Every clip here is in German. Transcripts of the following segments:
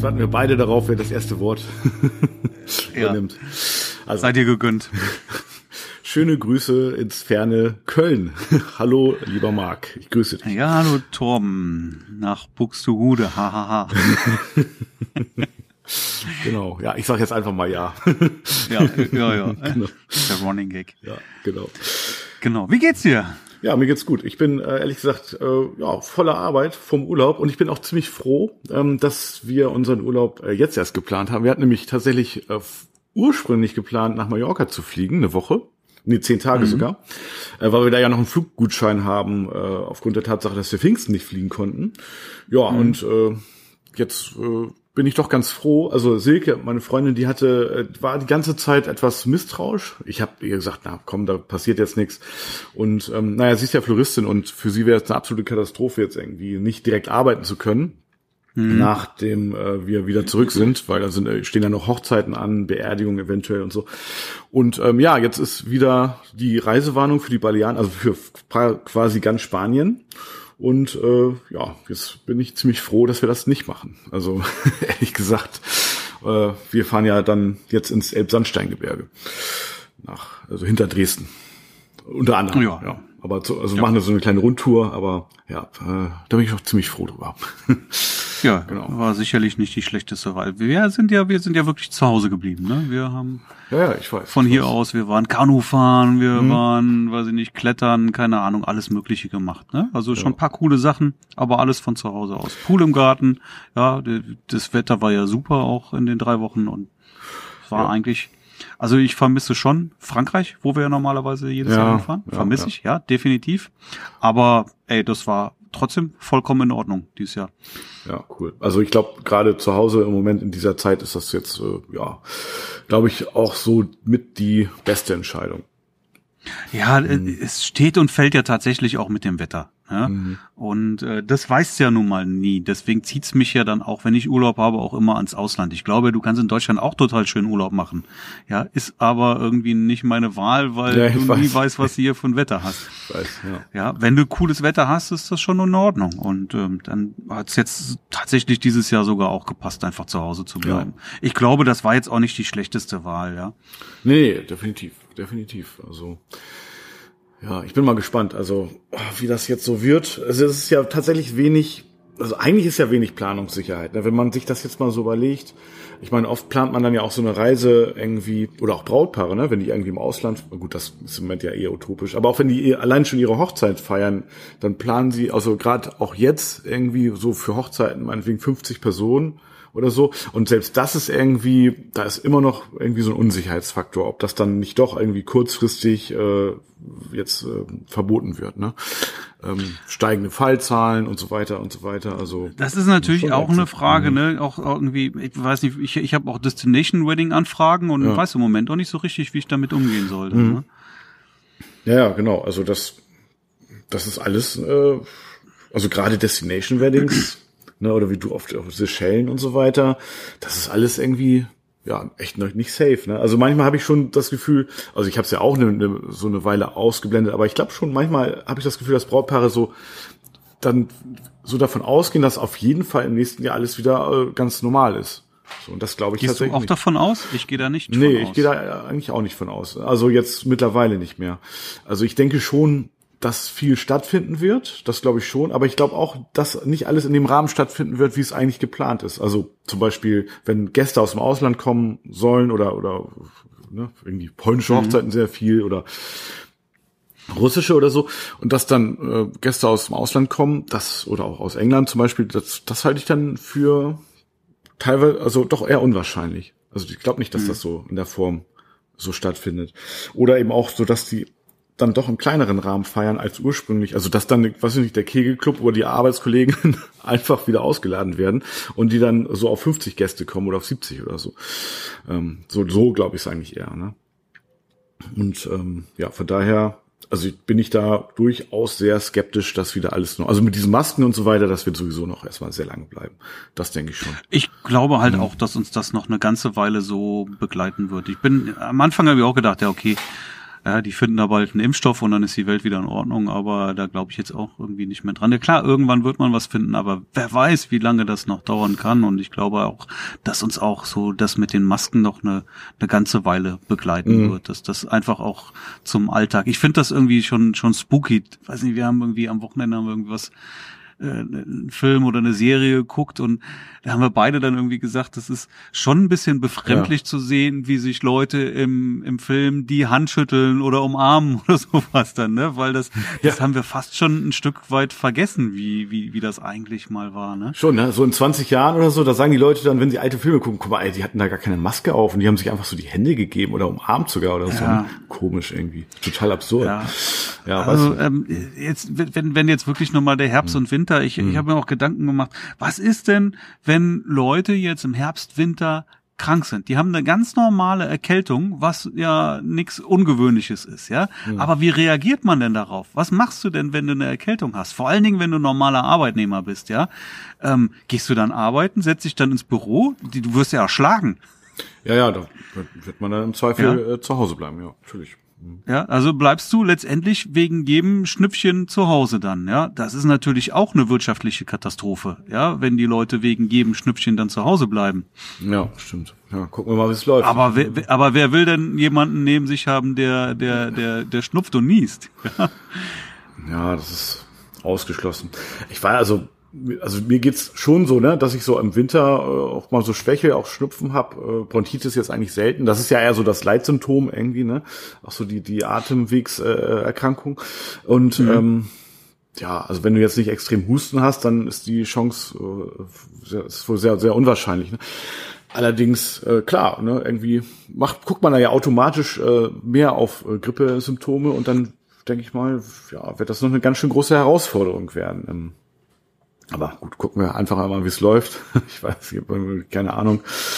warten wir beide darauf, wer das erste Wort übernimmt. Also, seid ihr gegönnt. Schöne Grüße ins ferne Köln. Hallo, lieber Marc. Ich grüße dich. Ja, hallo Torben. Nach Buxtehude. Hahaha. Genau. Ja, ich sag jetzt einfach mal ja. Ja. Genau. Der Running Gag. Ja, genau. Genau. Wie geht's dir? Ja, mir geht's gut. Ich bin ehrlich gesagt voller Arbeit vom Urlaub und ich bin auch ziemlich froh, dass wir unseren Urlaub jetzt erst geplant haben. Wir hatten nämlich tatsächlich ursprünglich geplant, nach Mallorca zu fliegen, eine Woche. 10 Tage sogar, weil wir da ja noch einen Fluggutschein haben, aufgrund der Tatsache, dass wir Pfingsten nicht fliegen konnten. Ja, und jetzt bin ich doch ganz froh. Also Silke, meine Freundin, die war die ganze Zeit etwas misstrauisch. Ich habe ihr gesagt, na komm, da passiert jetzt nichts. Und sie ist ja Floristin und für sie wäre es eine absolute Katastrophe, jetzt irgendwie nicht direkt arbeiten zu können. Nachdem wir wieder zurück sind, weil da stehen ja noch Hochzeiten an, Beerdigungen eventuell und so. Und jetzt ist wieder die Reisewarnung für die Balearen, also für quasi ganz Spanien. Und jetzt bin ich ziemlich froh, dass wir das nicht machen. Also ehrlich gesagt, wir fahren ja dann jetzt ins Elbsandsteingebirge, also hinter Dresden. Unter anderem, ja. Aber machen wir so eine kleine Rundtour, aber da bin ich auch ziemlich froh drüber. Ja, genau. War sicherlich nicht die schlechteste Wahl. Wir sind ja wirklich zu Hause geblieben, ne? Wir haben ich weiß. Von hier aus, wir waren Kanu fahren, wir waren, weiß ich nicht, klettern, keine Ahnung, alles Mögliche gemacht, ne? Also schon ein paar coole Sachen, aber alles von zu Hause aus. Pool im Garten, ja, das Wetter war ja super auch in den 3 Wochen und war eigentlich, also ich vermisse schon Frankreich, wo wir ja normalerweise jedes Jahr hinfahren. Vermisse ich, definitiv. Aber das war trotzdem vollkommen in Ordnung dieses Jahr. Ja, cool. Also ich glaube, gerade zu Hause im Moment in dieser Zeit ist das jetzt, glaube ich, auch so mit die beste Entscheidung. Ja, es steht und fällt ja tatsächlich auch mit dem Wetter. Ja? Und das weißt du ja nun mal nie. Deswegen zieht's mich ja dann auch, wenn ich Urlaub habe, auch immer ans Ausland. Ich glaube, du kannst in Deutschland auch total schön Urlaub machen. Ja, ist aber irgendwie nicht meine Wahl, weil du nie weißt, was du hier für ein Wetter hast. Ich weiß, ja, wenn du cooles Wetter hast, ist das schon in Ordnung. Und dann hat's jetzt tatsächlich dieses Jahr sogar auch gepasst, einfach zu Hause zu bleiben. Ja. Ich glaube, das war jetzt auch nicht die schlechteste Wahl, ja. Nee, definitiv. Also ja, ich bin mal gespannt, also wie das jetzt so wird. Also es ist ja tatsächlich eigentlich ist ja wenig Planungssicherheit, ne? Wenn man sich das jetzt mal so überlegt. Ich meine, oft plant man dann ja auch so eine Reise irgendwie, oder auch Brautpaare, ne? Wenn die irgendwie im Ausland, gut, das ist im Moment ja eher utopisch, aber auch wenn die allein schon ihre Hochzeit feiern, dann planen sie, also gerade auch jetzt irgendwie so für Hochzeiten meinetwegen 50 Personen oder so. Und selbst das ist irgendwie, da ist immer noch irgendwie so ein Unsicherheitsfaktor, ob das dann nicht doch irgendwie kurzfristig jetzt verboten wird, ne? Steigende Fallzahlen und so weiter und so weiter. Also das ist natürlich auch eine Frage, ne? Auch irgendwie, ich weiß nicht, ich habe auch Destination Wedding Anfragen und weiß im Moment auch nicht so richtig, wie ich damit umgehen sollte. Ne? Ja, genau. Also das ist alles, also gerade Destination Weddings. Ne, oder wie du oft auf Seychellen und so weiter, das ist alles irgendwie echt noch nicht safe. Ne? Also manchmal habe ich schon das Gefühl, also ich habe es ja auch so eine Weile ausgeblendet, aber ich glaube schon, manchmal habe ich das Gefühl, dass Brautpaare so dann so davon ausgehen, dass auf jeden Fall im nächsten Jahr alles wieder ganz normal ist. So, und das glaube ich tatsächlich. Gehst du auch davon aus? Ich gehe da nicht von aus. Nee, ich gehe da eigentlich auch nicht von aus. Also jetzt mittlerweile nicht mehr. Also ich denke schon, dass viel stattfinden wird, das glaube ich schon, aber ich glaube auch, dass nicht alles in dem Rahmen stattfinden wird, wie es eigentlich geplant ist. Also zum Beispiel, wenn Gäste aus dem Ausland kommen sollen oder ne, irgendwie polnische Hochzeiten sehr viel oder russische oder so, und dass dann Gäste aus dem Ausland kommen, oder auch aus England zum Beispiel, das halte ich dann für teilweise, also doch eher unwahrscheinlich. Also ich glaube nicht, dass das so in der Form so stattfindet. Oder eben auch so, dass die dann doch im kleineren Rahmen feiern als ursprünglich. Also dass dann, weiß ich nicht, der Kegelclub oder die Arbeitskollegen einfach wieder ausgeladen werden und die dann so auf 50 Gäste kommen oder auf 70 oder so. So glaube ich es eigentlich eher. Ne? Und von daher, also bin ich da durchaus sehr skeptisch, dass wieder alles noch, also mit diesen Masken und so weiter, das wird sowieso noch erstmal sehr lange bleiben. Das denke ich schon. Ich glaube halt auch, dass uns das noch eine ganze Weile so begleiten wird. Am Anfang habe ich auch gedacht, ja okay, ja, die finden da bald einen Impfstoff und dann ist die Welt wieder in Ordnung, aber da glaube ich jetzt auch irgendwie nicht mehr dran. Ja klar, irgendwann wird man was finden, aber wer weiß, wie lange das noch dauern kann, und ich glaube auch, dass uns auch so das mit den Masken noch eine ganze Weile begleiten wird, dass das einfach auch zum Alltag. Ich finde das irgendwie schon spooky. Weiß nicht, wir haben irgendwie am Wochenende irgendwas einen Film oder eine Serie geguckt und da haben wir beide dann irgendwie gesagt, das ist schon ein bisschen befremdlich zu sehen, wie sich Leute im Film die Hand schütteln oder umarmen oder sowas dann, ne? Weil das haben wir fast schon ein Stück weit vergessen, wie das eigentlich mal war, ne? Schon, ne? So in 20 Jahren oder so, da sagen die Leute dann, wenn sie alte Filme gucken, guck mal, ey, die hatten da gar keine Maske auf und die haben sich einfach so die Hände gegeben oder umarmt sogar oder so. Ne? Komisch irgendwie. Total absurd. Ja, also jetzt, wenn jetzt wirklich nochmal der Herbst und Winter, ich habe mir auch Gedanken gemacht, was ist denn, wenn Leute jetzt im Herbst, Winter krank sind? Die haben eine ganz normale Erkältung, was ja nichts Ungewöhnliches ist, ja. Aber wie reagiert man denn darauf? Was machst du denn, wenn du eine Erkältung hast? Vor allen Dingen, wenn du normaler Arbeitnehmer bist, ja. Gehst du dann arbeiten, setzt dich dann ins Büro? Du wirst ja erschlagen. Ja, da wird man dann im Zweifel zu Hause bleiben, ja, natürlich. Ja, also bleibst du letztendlich wegen jedem Schnüpfchen zu Hause dann, ja. Das ist natürlich auch eine wirtschaftliche Katastrophe, ja, wenn die Leute wegen jedem Schnüpfchen dann zu Hause bleiben. Ja, stimmt. Ja, gucken wir mal, wie es läuft. Aber wer will denn jemanden neben sich haben, der schnupft und niest? Ja, das ist ausgeschlossen. Also mir geht's schon so, ne, dass ich so im Winter auch mal so Schwäche, auch Schnupfen hab. Bronchitis jetzt eigentlich selten. Das ist ja eher so das Leitsymptom irgendwie, ne? Auch so die Atemwegserkrankung. Und also wenn du jetzt nicht extrem Husten hast, dann ist die Chance ist wohl sehr, sehr unwahrscheinlich. Ne? Allerdings, klar, ne, irgendwie guckt man da ja automatisch mehr auf Grippesymptome und dann denke ich mal, ja, wird das noch eine ganz schön große Herausforderung werden. Aber gut, gucken wir einfach einmal, wie es läuft. Ich weiß, ich habe keine Ahnung.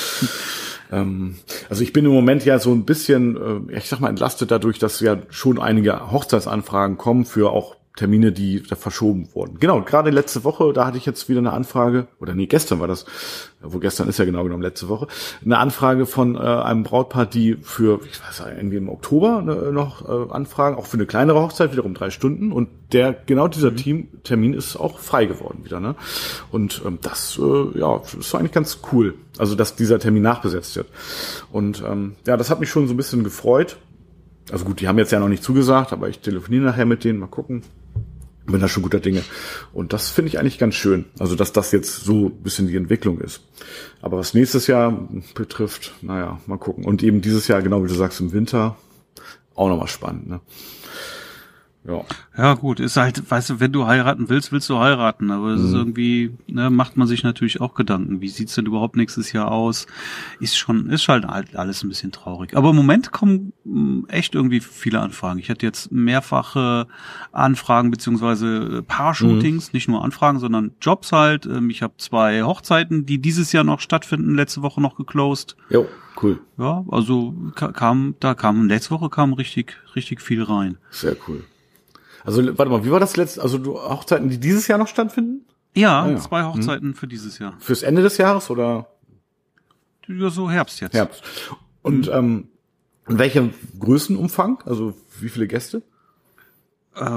Also ich bin im Moment ja so ein bisschen, ich sag mal, entlastet dadurch, dass ja schon einige Hochzeitsanfragen kommen für auch Termine, die da verschoben wurden. Genau, gerade letzte Woche, da hatte ich jetzt wieder eine Anfrage, oder nee, gestern war das, wo gestern ist ja genau genommen letzte Woche, eine Anfrage von einem Brautpaar, die für, ich weiß nicht, irgendwie im Oktober noch anfragen, auch für eine kleinere Hochzeit, wiederum 3 Stunden, und dieser Termin ist auch frei geworden wieder, ne? Und das ist eigentlich ganz cool, also dass dieser Termin nachbesetzt wird. Und das hat mich schon so ein bisschen gefreut. Also gut, die haben jetzt ja noch nicht zugesagt, aber ich telefoniere nachher mit denen, mal gucken. Bin da schon guter Dinge. Und das finde ich eigentlich ganz schön. Also, dass das jetzt so ein bisschen die Entwicklung ist. Aber was nächstes Jahr betrifft, naja, mal gucken. Und eben dieses Jahr, genau wie du sagst, im Winter, auch nochmal spannend, ne? Ja, gut, ist halt, weißt du, wenn du heiraten willst, willst du heiraten, aber es ist irgendwie, ne, macht man sich natürlich auch Gedanken. Wie sieht's denn überhaupt nächstes Jahr aus? Ist halt alles ein bisschen traurig. Aber im Moment kommen echt irgendwie viele Anfragen. Ich hatte jetzt mehrfache Anfragen beziehungsweise Paar-Shootings, nicht nur Anfragen, sondern Jobs halt. Ich habe 2 Hochzeiten, die dieses Jahr noch stattfinden, letzte Woche noch geclosed. Jo, cool. Ja, also letzte Woche kam richtig viel rein. Sehr cool. Also, warte mal, wie war das letzte? Also, Hochzeiten, die dieses Jahr noch stattfinden? Ja, 2 Hochzeiten für dieses Jahr. Fürs Ende des Jahres oder? Ja, so Herbst jetzt. Herbst. Und in welchem Größenumfang? Also, wie viele Gäste? Das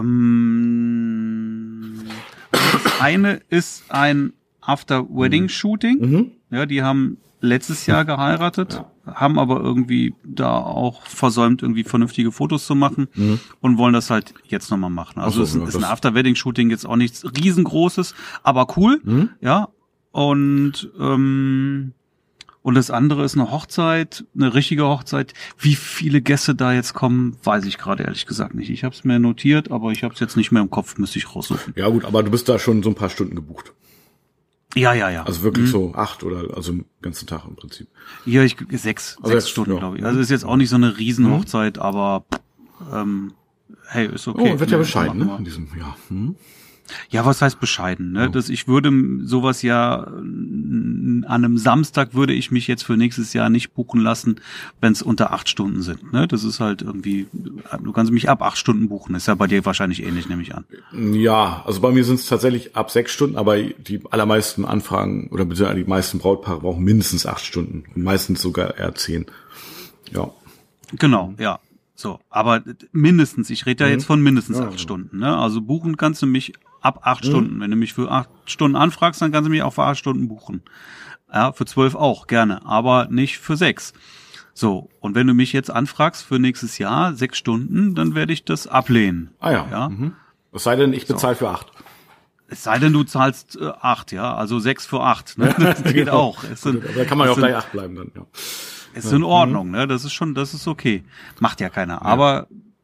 eine ist ein After-Wedding-Shooting. Ja, die haben letztes Jahr geheiratet, haben aber irgendwie da auch versäumt, irgendwie vernünftige Fotos zu machen und wollen das halt jetzt nochmal machen. Also es ist ein After-Wedding-Shooting jetzt auch nichts riesengroßes, aber cool, ja. Und das andere ist eine Hochzeit, eine richtige Hochzeit. Wie viele Gäste da jetzt kommen, weiß ich gerade ehrlich gesagt nicht. Ich habe es mir notiert, aber ich habe es jetzt nicht mehr im Kopf, müsste ich raussuchen. Ja gut, aber du bist da schon so ein paar Stunden gebucht. Ja. Also wirklich so 8 oder also den ganzen Tag im Prinzip. Ja, 6 Stunden, glaube ich. Also ist jetzt auch nicht so eine Riesenhochzeit, aber hey, ist okay. Oh, wird ja bescheiden, ne? In diesem Jahr. Ja, was heißt bescheiden, ne? Ich würde sowas ja an einem Samstag würde ich mich jetzt für nächstes Jahr nicht buchen lassen, wenn es unter 8 Stunden sind, ne? Das ist halt irgendwie, du kannst mich ab 8 Stunden buchen. Ist ja bei dir wahrscheinlich ähnlich, nehme ich an. Ja, also bei mir sind es tatsächlich ab 6 Stunden, aber die allermeisten Anfragen oder bitte die meisten Brautpaare brauchen mindestens 8 Stunden und meistens sogar eher 10. Ja. Genau, ja. So, aber mindestens, ich rede ja jetzt von mindestens 8 Stunden. Ne? Also buchen kannst du mich ab 8 Stunden. Wenn du mich für 8 Stunden anfragst, dann kannst du mich auch für 8 Stunden buchen. Ja, für 12 auch, gerne, aber nicht für 6. So, und wenn du mich jetzt anfragst für nächstes Jahr 6 Stunden, dann werde ich das ablehnen. Ah ja. Ja? Es sei denn, ich bezahle für 8. Es sei denn, du zahlst 8, ja, also 6 für 8. Ne? Das geht auch. Da kann man ja auch gleich 8 bleiben dann, ja. Ist in Ordnung, ne? Das ist okay. Macht ja keiner. Aber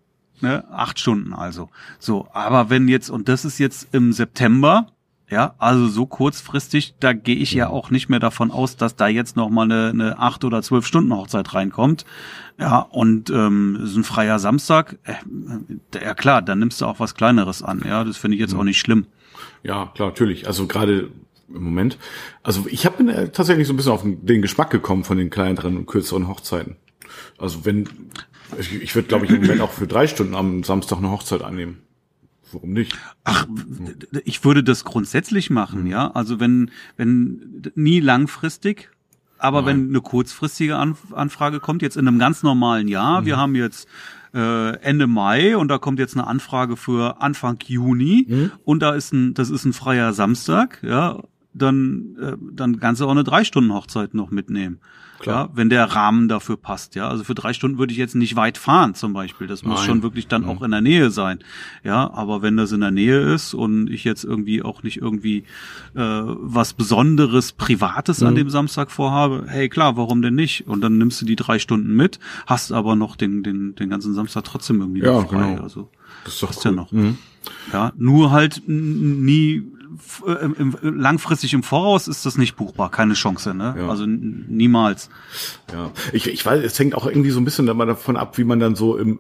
8 Stunden also. So, aber wenn jetzt, und das ist jetzt im September, ja, also so kurzfristig, da gehe ich ja auch nicht mehr davon aus, dass da jetzt noch mal eine 8 oder 12 Stunden Hochzeit reinkommt. Ja, und ist ein freier Samstag, ja klar, dann nimmst du auch was Kleineres an. Ja, das finde ich jetzt auch nicht schlimm. Ja, klar, natürlich. Also gerade im Moment. Also ich bin tatsächlich so ein bisschen auf den Geschmack gekommen von den kleineren und kürzeren Hochzeiten. Also ich würde, glaube ich, im Moment auch für 3 Stunden am Samstag eine Hochzeit annehmen. Warum nicht? Ach, ich würde das grundsätzlich machen, ja. Also wenn nie langfristig, aber wenn eine kurzfristige Anfrage kommt, jetzt in einem ganz normalen Jahr, wir haben jetzt Ende Mai und da kommt jetzt eine Anfrage für Anfang Juni und das ist ein freier Samstag, ja, dann kannst du auch eine 3-Stunden-Hochzeit noch mitnehmen. Klar. Ja, wenn der Rahmen dafür passt, ja. Also für 3 Stunden würde ich jetzt nicht weit fahren, zum Beispiel. Das muss schon wirklich dann auch in der Nähe sein. Ja, aber wenn das in der Nähe ist und ich jetzt irgendwie auch nicht irgendwie was Besonderes, Privates an dem Samstag vorhabe, hey klar, warum denn nicht? Und dann nimmst du die 3 Stunden mit, hast aber noch den ganzen Samstag trotzdem irgendwie noch frei. Genau. Also das ist doch cool. Ja noch. Ja, nur halt nie langfristig im Voraus ist das nicht buchbar, keine Chance, ne? Ja. Also niemals. Ja, ich weiß, es hängt auch irgendwie so ein bisschen davon ab, wie man dann so im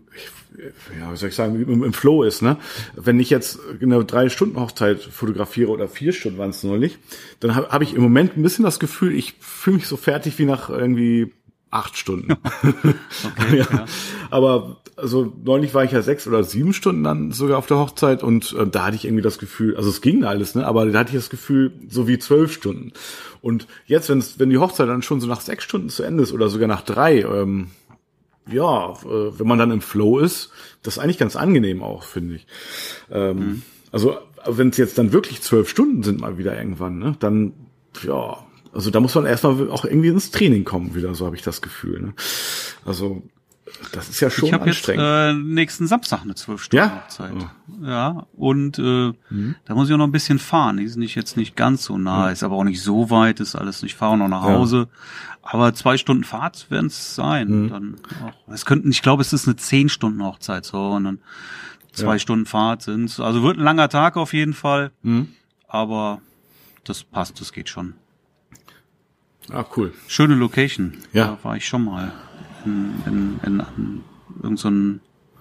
Flow ist, ne? Wenn ich jetzt eine 3-Stunden-Hochzeit fotografiere oder 4 Stunden waren es neulich, dann habe ich im Moment ein bisschen das Gefühl, ich fühle mich so fertig wie nach irgendwie 8 Stunden. Okay, ja. Aber also neulich war ich ja 6 oder 7 Stunden dann sogar auf der Hochzeit und da hatte ich irgendwie das Gefühl, also es ging alles, ne, aber da hatte ich das Gefühl, so wie 12 Stunden. Und jetzt, wenn die Hochzeit dann schon so nach 6 Stunden zu Ende ist oder sogar nach 3, wenn man dann im Flow ist, das ist eigentlich ganz angenehm auch, finde ich. Also wenn es jetzt dann wirklich 12 Stunden sind mal wieder irgendwann, ne, dann, ja, also da muss man erstmal auch irgendwie ins Training kommen wieder, so habe ich das Gefühl, ne. Also das ist ja schon anstrengend. Ich habe jetzt nächsten Samstag eine 12-Stunden-Hochzeit. Ja, und da muss ich auch noch ein bisschen fahren. Die ist jetzt nicht ganz so nah, ist aber auch nicht so weit, ist alles nicht, fahre noch nach Hause. Aber 2 Stunden Fahrt werden es sein. Dann auch. Ich glaube, es ist eine 10-Stunden-Hochzeit, so, und dann 2 Stunden Fahrt sind's. Also wird ein langer Tag auf jeden Fall. Aber das passt, das geht schon. Ah, cool. Schöne Location. Ja. Da war ich schon mal. In irgend so ein,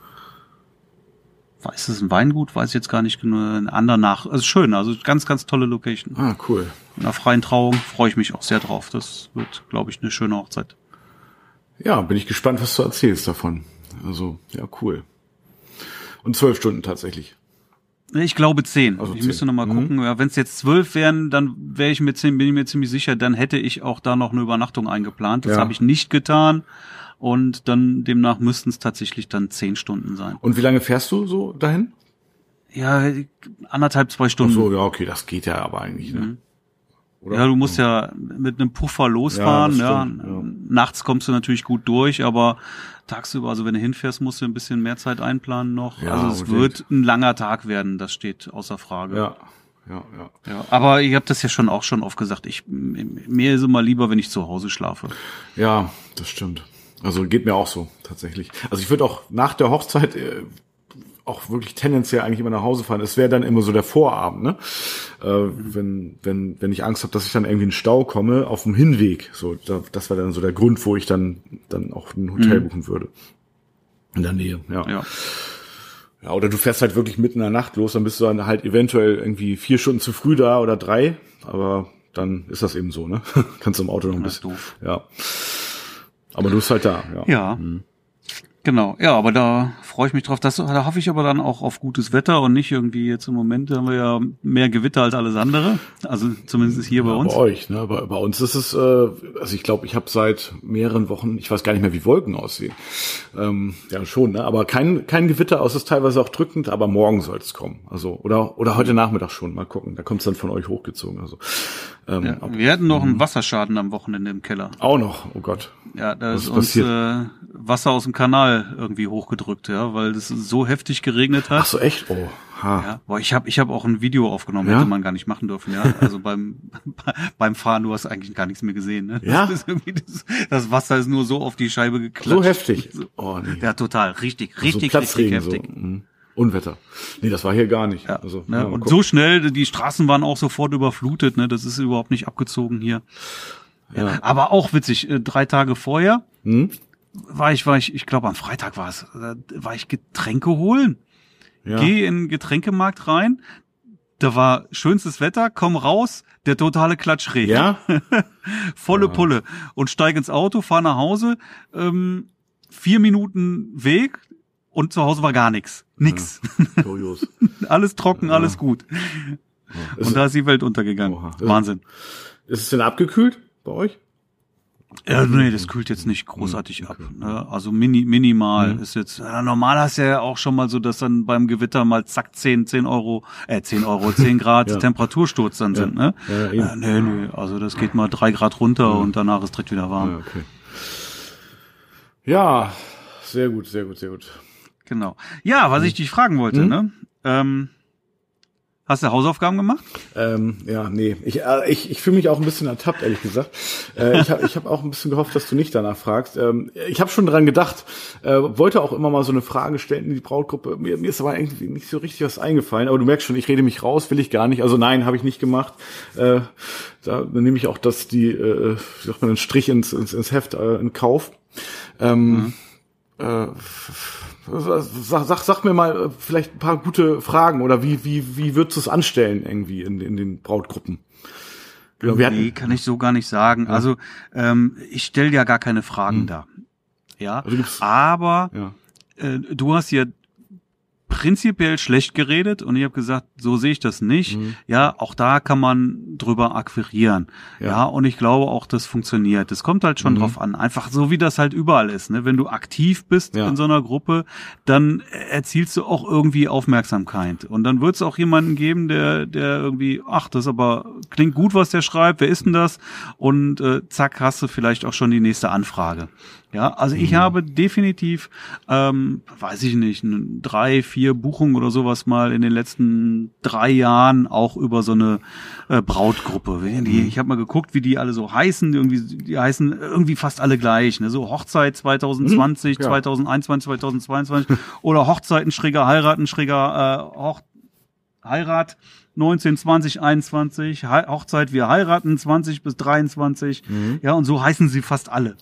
ist es ein Weingut? Weiß ich jetzt gar nicht genau. In Andernach. Also schön, also ganz, ganz tolle Location. Ah, cool. In einer freien Trauung freue ich mich auch sehr drauf. Das wird, glaube ich, eine schöne Hochzeit. Ja, bin ich gespannt, was du erzählst davon. Also, ja, cool. Und 12 Stunden tatsächlich. Ich glaube 10. Also ich 10. müsste noch mal gucken. Ja, wenn es jetzt 12 wären, dann bin ich mir ziemlich sicher, dann hätte ich auch da noch eine Übernachtung eingeplant. Das habe ich nicht getan. Und dann demnach müssten es tatsächlich dann 10 Stunden sein. Und wie lange fährst du so dahin? Ja, 1,5, 2 Stunden. Ach so, ja, okay, das geht ja aber eigentlich, ne? Oder? Ja, du musst ja mit einem Puffer losfahren. Ja, nachts kommst du natürlich gut durch, aber tagsüber, also wenn du hinfährst, musst du ein bisschen mehr Zeit einplanen noch. Ja, also es wird ein langer Tag werden, das steht außer Frage. Ja, aber ich habe das ja schon oft gesagt, mir ist immer lieber, wenn ich zu Hause schlafe. Ja, das stimmt. Also geht mir auch so, tatsächlich. Also ich würde auch nach der Hochzeit auch wirklich tendenziell eigentlich immer nach Hause fahren. Es wäre dann immer so der Vorabend, ne? Wenn ich Angst habe, dass ich dann irgendwie in den Stau komme, auf dem Hinweg. So, das war dann so der Grund, wo ich dann auch ein Hotel buchen würde. In der Nähe, ja. Ja, oder du fährst halt wirklich mitten in der Nacht los, dann bist du dann halt eventuell irgendwie 4 Stunden zu früh da oder 3, aber dann ist das eben so, ne? Kannst du im Auto noch ein bisschen. Doof. Ja. Aber du bist halt da, ja. Ja. Genau, ja, aber da freue ich mich drauf. Da hoffe ich aber dann auch auf gutes Wetter und nicht irgendwie jetzt im Moment haben wir ja mehr Gewitter als alles andere. Also zumindest hier bei uns. Bei euch, ne? Bei uns ist es, also ich glaube, ich habe seit mehreren Wochen, ich weiß gar nicht mehr, wie Wolken aussehen. Ja, schon, ne? Aber kein Gewitter, es ist teilweise auch drückend, aber morgen soll es kommen. Also, oder heute Nachmittag schon, mal gucken. Da kommt es dann von euch hochgezogen. Also, ja, wir hatten noch einen Wasserschaden am Wochenende im Keller. Auch noch, oh Gott. Ja, da ist uns Wasser aus dem Kanal irgendwie hochgedrückt, ja, weil es so heftig geregnet hat. Ach so, echt? Oh, ha. Ja, boah, ich hab auch ein Video aufgenommen, Ja? hätte man gar nicht machen dürfen, ja. Also beim Fahren, du hast eigentlich gar nichts mehr gesehen, ne? Ja? Das Wasser ist nur so auf die Scheibe geklatscht. So heftig. Oh, nee. Ja, total, richtig So Platzregen, heftig. So. Unwetter. Nee, das war hier gar nicht. Ja, Also, ne? ja, Und so schnell, die Straßen waren auch sofort überflutet, ne? Das ist überhaupt nicht abgezogen hier. Ja. Aber auch witzig, 3 Tage vorher war ich glaube am Freitag war ich Getränke holen. Ja. Geh in den Getränkemarkt rein, da war schönstes Wetter, komm raus, der totale Klatschregen. Ja? Volle Pulle. Und steig ins Auto, fahr nach Hause, 4 Minuten Weg und zu Hause war gar nichts. Nix. Ja. Alles trocken, alles gut. Ja. Und da ist die Welt untergegangen. Oha. Wahnsinn. Ist es denn abgekühlt bei euch? Ja, nee, das kühlt jetzt nicht großartig ab. Ne? Also minimal ist jetzt, normal hast du ja auch schon mal so, dass dann beim Gewitter mal zack 10 Grad Ja. Temperatursturz dann sind, ne? Ja, Nee, also das geht mal 3 Grad runter und danach ist direkt wieder warm. Ja, okay. Ja, sehr gut. Genau. Ja, was ich dich fragen wollte, ne? Hast du Hausaufgaben gemacht? Ja, nee. Ich fühle mich auch ein bisschen ertappt, ehrlich gesagt. Ich hab auch ein bisschen gehofft, dass du nicht danach fragst. Ich habe schon dran gedacht, wollte auch immer mal so eine Frage stellen in die Brautgruppe. Mir ist aber irgendwie nicht so richtig was eingefallen. Aber du merkst schon, ich rede mich raus, will ich gar nicht. Also nein, habe ich nicht gemacht. Da nehme ich auch wie sagt man, einen Strich ins Heft in Kauf. Sag mir mal vielleicht ein paar gute Fragen oder wie würdest du es anstellen irgendwie in den Brautgruppen? Genau, Kann ich so gar nicht sagen. Ja. Also ich stelle ja gar keine Fragen da. Ja, also aber du hast ja prinzipiell schlecht geredet und ich habe gesagt, so sehe ich das nicht. Ja, auch da kann man drüber akquirieren. Ja, und ich glaube auch, das funktioniert. Das kommt halt schon drauf an. Einfach so, wie das halt überall ist. Ne? Wenn du aktiv bist in so einer Gruppe, dann erzielst du auch irgendwie Aufmerksamkeit. Und dann wird es auch jemanden geben, der irgendwie, das aber klingt gut, was der schreibt. Wer ist denn das? Und zack, hast du vielleicht auch schon die nächste Anfrage. Ja, also ich habe definitiv, weiß ich nicht, 3, 4 Buchungen oder sowas mal in den letzten 3 Jahren auch über so eine Brautgruppe. Ich habe mal geguckt, wie die alle so heißen. Die heißen irgendwie fast alle gleich. Ne? So Hochzeit 2020, 2021, 2022 oder Hochzeiten schräger Heiraten schräger Heirat 19, 20, 21, Hochzeit wir heiraten 20 bis 23. Ja, und so heißen sie fast alle.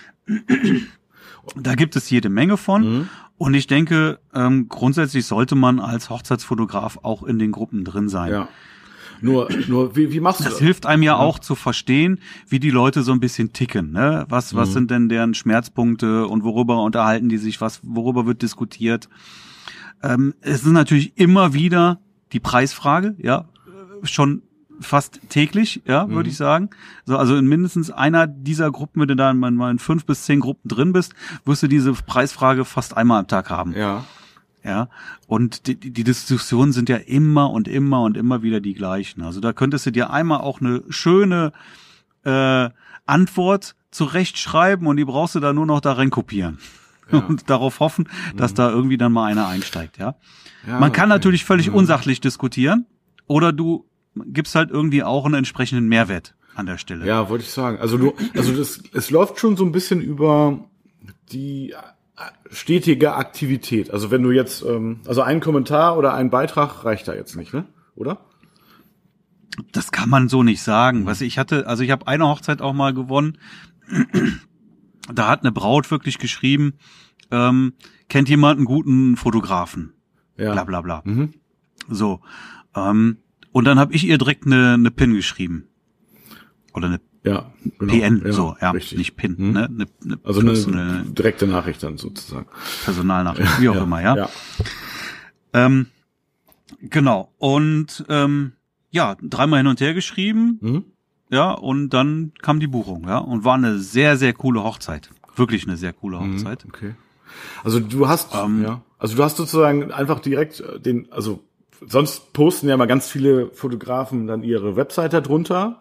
Da gibt es jede Menge von und ich denke, grundsätzlich sollte man als Hochzeitsfotograf auch in den Gruppen drin sein. Ja. Nur wie machst du das? Das hilft einem ja auch zu verstehen, wie die Leute so ein bisschen ticken. Ne? Was sind denn deren Schmerzpunkte und worüber unterhalten die sich, worüber wird diskutiert? Es ist natürlich immer wieder die Preisfrage, ja, schon fast täglich, würde ich sagen. So, also in mindestens einer dieser Gruppen, wenn du da mal in 5 bis 10 Gruppen drin bist, wirst du diese Preisfrage fast einmal am Tag haben. Ja. Ja. Und die Diskussionen sind ja immer und immer und immer wieder die gleichen. Also da könntest du dir einmal auch eine schöne Antwort zurechtschreiben und die brauchst du dann nur noch da reinkopieren. Ja. Und darauf hoffen, dass da irgendwie dann mal einer einsteigt, ja. Man kann natürlich völlig unsachlich diskutieren oder du gibt's halt irgendwie auch einen entsprechenden Mehrwert an der Stelle. Ja, wollte ich sagen. Es läuft schon so ein bisschen über die stetige Aktivität. Also wenn du jetzt, also ein Kommentar oder ein Beitrag reicht da jetzt nicht, ne? Oder? Das kann man so nicht sagen. Ich habe eine Hochzeit auch mal gewonnen. Da hat eine Braut wirklich geschrieben, kennt jemand einen guten Fotografen? Ja. Bla bla bla. So. Und dann habe ich ihr direkt eine PIN geschrieben. Oder eine Ja, genau. PN, ja, so, ja, richtig. nicht PIN, ne? Also eine direkte Nachricht dann sozusagen. Personalnachricht, wie auch immer, ja. Genau. Und ja, 3-mal hin und her geschrieben, ja, und dann kam die Buchung, ja, und war eine sehr, sehr coole Hochzeit. Wirklich eine sehr coole Hochzeit. Okay. Also du hast, also du hast sozusagen einfach direkt also sonst posten ja mal ganz viele Fotografen dann ihre Webseite drunter.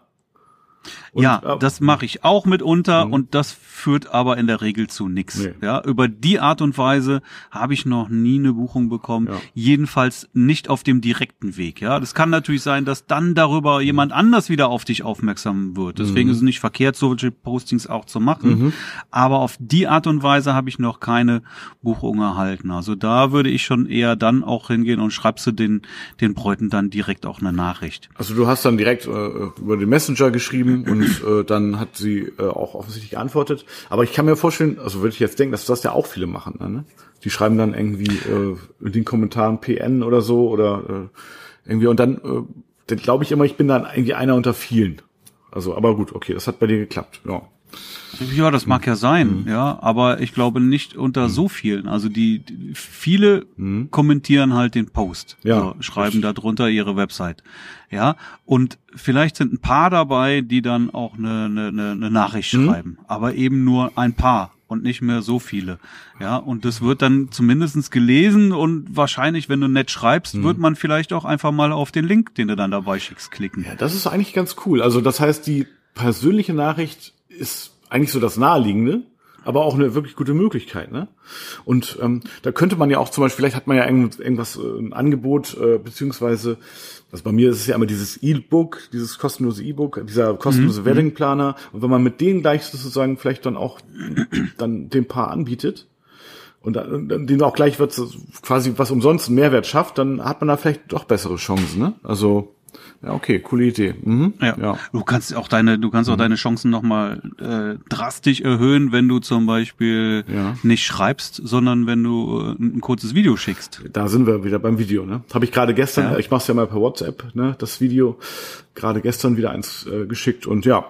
Und, ja, das mache ich auch mitunter und das führt aber in der Regel zu nix. Nee. Ja, über die Art und Weise habe ich noch nie eine Buchung bekommen. Ja. Jedenfalls nicht auf dem direkten Weg. Ja, das kann natürlich sein, dass dann darüber jemand anders wieder auf dich aufmerksam wird. Deswegen ist es nicht verkehrt, solche Postings auch zu machen. Aber auf die Art und Weise habe ich noch keine Buchung erhalten. Also da würde ich schon eher dann auch hingehen und schreibst du den Bräuten dann direkt auch eine Nachricht. Also du hast dann direkt über den Messenger geschrieben und dann hat sie auch offensichtlich geantwortet. Aber ich kann mir vorstellen, also würde ich jetzt denken, dass das ja auch viele machen. Ne? Die schreiben dann irgendwie in den Kommentaren PN oder so oder irgendwie und dann glaube ich immer, ich bin dann irgendwie einer unter vielen. Also, aber gut, okay, das hat bei dir geklappt, ja. Ja, das mag ja sein, ja, aber ich glaube nicht unter so vielen. Also die viele kommentieren halt den Post, ja, so, schreiben da drunter ihre Website, ja, und vielleicht sind ein paar dabei, die dann auch eine Nachricht schreiben, aber eben nur ein paar und nicht mehr so viele, ja, und das wird dann zumindestens gelesen und wahrscheinlich, wenn du nett schreibst, wird man vielleicht auch einfach mal auf den Link, den du dann dabei schickst, klicken. Ja, das ist eigentlich ganz cool. Also das heißt, die persönliche Nachricht ist eigentlich so das Naheliegende, aber auch eine wirklich gute Möglichkeit, ne? Und da könnte man ja auch zum Beispiel, vielleicht hat man ja irgendwas, ein Angebot, beziehungsweise, also bei mir ist es ja immer dieses E-Book, dieses kostenlose E-Book, dieser kostenlose Wedding-Planer. Und wenn man mit denen gleich sozusagen vielleicht dann auch dann dem Paar anbietet und denen auch gleich wird quasi was umsonst einen Mehrwert schafft, dann hat man da vielleicht doch bessere Chancen, ne? Also ja, okay, coole Idee. Ja. Du kannst auch deine Chancen nochmal drastisch erhöhen, wenn du zum Beispiel nicht schreibst, sondern wenn du ein kurzes Video schickst. Da sind wir wieder beim Video, ne? Habe ich gerade gestern, ich mach's ja mal per WhatsApp, ne? Das Video, gerade gestern wieder eins geschickt und ja,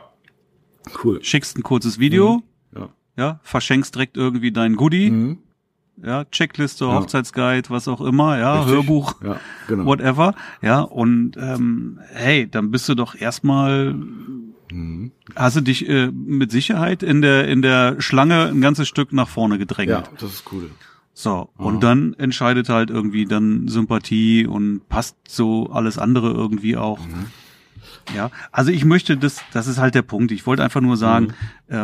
cool. Schickst ein kurzes Video, ja, verschenkst direkt irgendwie dein Goodie. Ja, Checkliste, Hochzeitsguide, was auch immer, ja, richtig. Hörbuch, genau. Whatever, ja, und hey, dann bist du doch erstmal, hast du dich mit Sicherheit in der Schlange ein ganzes Stück nach vorne gedrängt. Ja, das ist cool. So, und dann entscheidet halt irgendwie dann Sympathie und passt so alles andere irgendwie auch. Ja, also ich möchte das ist halt der Punkt. Ich wollte einfach nur sagen,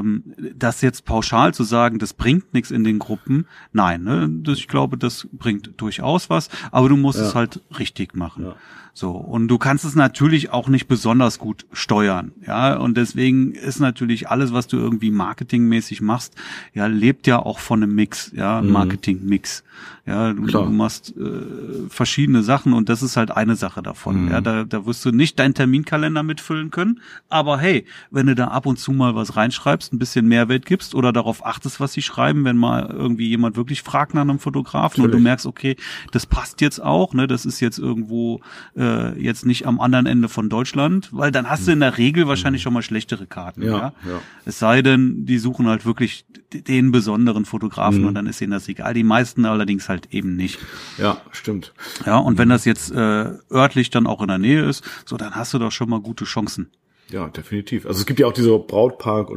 das jetzt pauschal zu sagen, das bringt nichts in den Gruppen. Nein, ne, ich glaube, das bringt durchaus was, aber du musst es halt richtig machen. Ja. So, und du kannst es natürlich auch nicht besonders gut steuern, ja, und deswegen ist natürlich alles, was du irgendwie marketingmäßig machst, ja, lebt ja auch von einem Mix, ja, Marketing-Mix, ja, du machst verschiedene Sachen und das ist halt eine Sache davon, ja, da wirst du nicht deinen Terminkalender mitfüllen können, aber hey, wenn du da ab und zu mal was reinschreibst, ein bisschen Mehrwert gibst oder darauf achtest, was sie schreiben, wenn mal irgendwie jemand wirklich fragt nach einem Fotografen und du merkst, okay, das passt jetzt auch, ne, das ist jetzt irgendwo jetzt nicht am anderen Ende von Deutschland, weil dann hast du in der Regel wahrscheinlich schon mal schlechtere Karten. Ja. Es sei denn, die suchen halt wirklich den besonderen Fotografen und dann ist ihnen das egal. Die meisten allerdings halt eben nicht. Ja, stimmt. Ja, und wenn das jetzt örtlich dann auch in der Nähe ist, so dann hast du doch schon mal gute Chancen. Ja, definitiv. Also es gibt ja auch diese Brautpaargruppen,